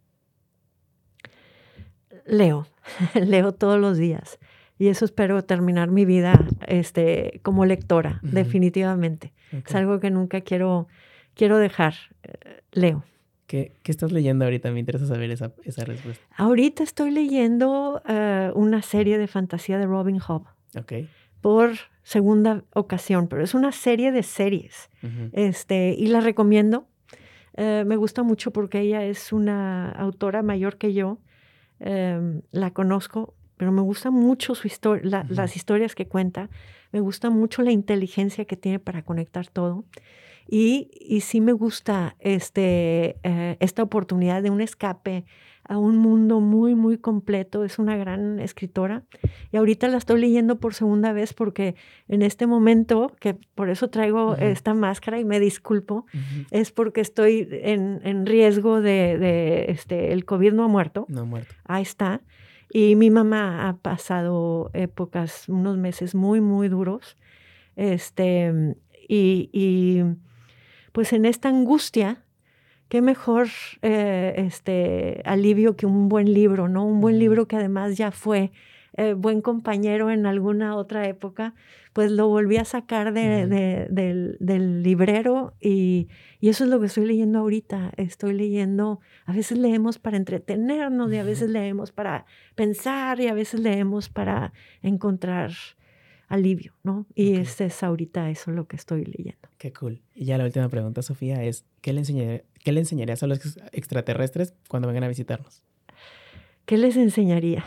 Leo, leo todos los días. Y eso espero terminar mi vida este, como lectora, uh-huh. definitivamente. Okay. Es algo que nunca quiero, quiero dejar. Leo. ¿Qué, ¿Qué estás leyendo ahorita? Me interesa saber esa, esa respuesta. Ahorita estoy leyendo uh, una serie de fantasía de Robin Hobb. Okay. Por segunda ocasión, pero es una serie de series. Uh-huh. Este, y la recomiendo. Uh, me gusta mucho porque ella es una autora mayor que yo. Um, la conozco, pero me gusta mucho su historia, la, uh-huh. las historias que cuenta. Me gusta mucho la inteligencia que tiene para conectar todo. Y, y sí me gusta este, uh, esta oportunidad de un escape a un mundo muy, muy completo. Es una gran escritora. Y ahorita la estoy leyendo por segunda vez porque en este momento, que por eso traigo uh-huh. esta máscara y me disculpo, uh-huh. es porque estoy en, en riesgo de, de este, el COVID no ha muerto. No ha muerto. Ahí está. Y mi mamá ha pasado épocas, unos meses muy, muy duros. Este, y, y pues en esta angustia, qué mejor eh, este, alivio que un buen libro, ¿no? Un buen uh-huh. libro que además ya fue eh, buen compañero en alguna otra época, pues lo volví a sacar de, uh-huh. de, del, del librero y, y eso es lo que estoy leyendo ahorita. Estoy leyendo, a veces leemos para entretenernos uh-huh. y a veces leemos para pensar y a veces leemos para encontrar alivio, ¿no? Y okay. este es ahorita eso lo que estoy leyendo. Qué cool. Y ya la última pregunta, Sofía, es ¿qué le, enseñaré, ¿qué le enseñarías a los extraterrestres cuando vengan a visitarnos? ¿Qué les enseñaría?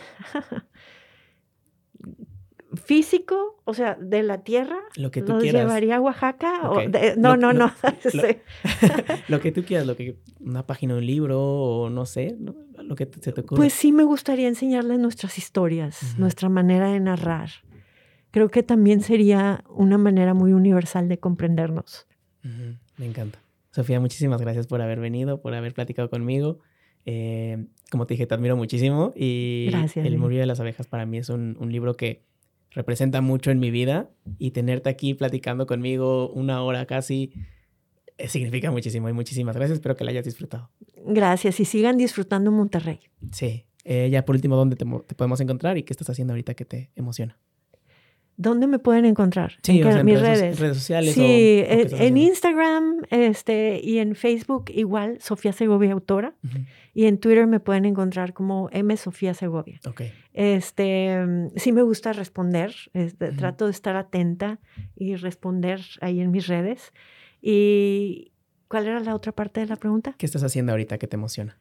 Físico, o sea, de la Tierra. Lo que tú ¿Los quieras. llevaría a Oaxaca? Okay. O de, no, lo, no, lo, no. Lo, lo que tú quieras, lo que, una página de un libro o no sé, ¿no? Lo que se te ocurra. Pues sí me gustaría enseñarles nuestras historias, uh-huh. nuestra manera de narrar. Creo que también sería una manera muy universal de comprendernos. Uh-huh. Me encanta. Sofía, muchísimas gracias por haber venido, por haber platicado conmigo. Eh, como te dije, te admiro muchísimo. Y gracias, El sí. murmullo de las abejas para mí es un, un libro que representa mucho en mi vida. Y tenerte aquí platicando conmigo una hora casi eh, significa muchísimo. Y muchísimas gracias. Espero que la hayas disfrutado. Gracias. Y sigan disfrutando Monterrey. Sí. Eh, ya por último, ¿dónde te, te podemos encontrar y qué estás haciendo ahorita que te emociona? ¿Dónde me pueden encontrar? Sí, en o sea, en mis redes, redes. redes sociales. Sí, o, en, o en Instagram este, y en Facebook igual, Sofía Segovia Autora. Uh-huh. Y en Twitter me pueden encontrar como M. Sofía Segovia. Okay. Este, sí me gusta responder. Este, uh-huh. Trato de estar atenta y responder ahí en mis redes. ¿Y cuál era la otra parte de la pregunta? ¿Qué estás haciendo ahorita que te emociona?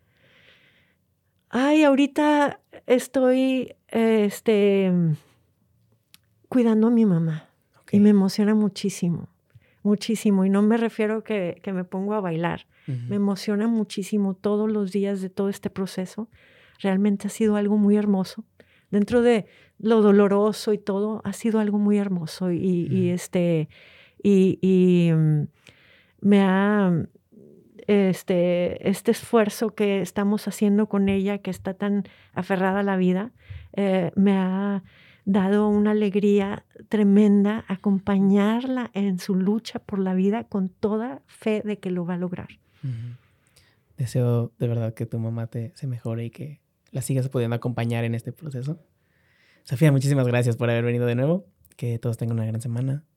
Ay, ahorita estoy... este cuidando a mi mamá. Okay. Y me emociona muchísimo, muchísimo. Y no me refiero que, que me pongo a bailar. Uh-huh. Me emociona muchísimo todos los días de todo este proceso. Realmente ha sido algo muy hermoso. Dentro de lo doloroso y todo, ha sido algo muy hermoso. Y, uh-huh. y, este, y, y um, me ha... Este, este esfuerzo que estamos haciendo con ella, que está tan aferrada a la vida, eh, me ha... dado una alegría tremenda acompañarla en su lucha por la vida con toda fe de que lo va a lograr. Uh-huh. Deseo de verdad que tu mamá te, se mejore y que la sigas pudiendo acompañar en este proceso. Sofía, muchísimas gracias por haber venido de nuevo. Que todos tengan una gran semana.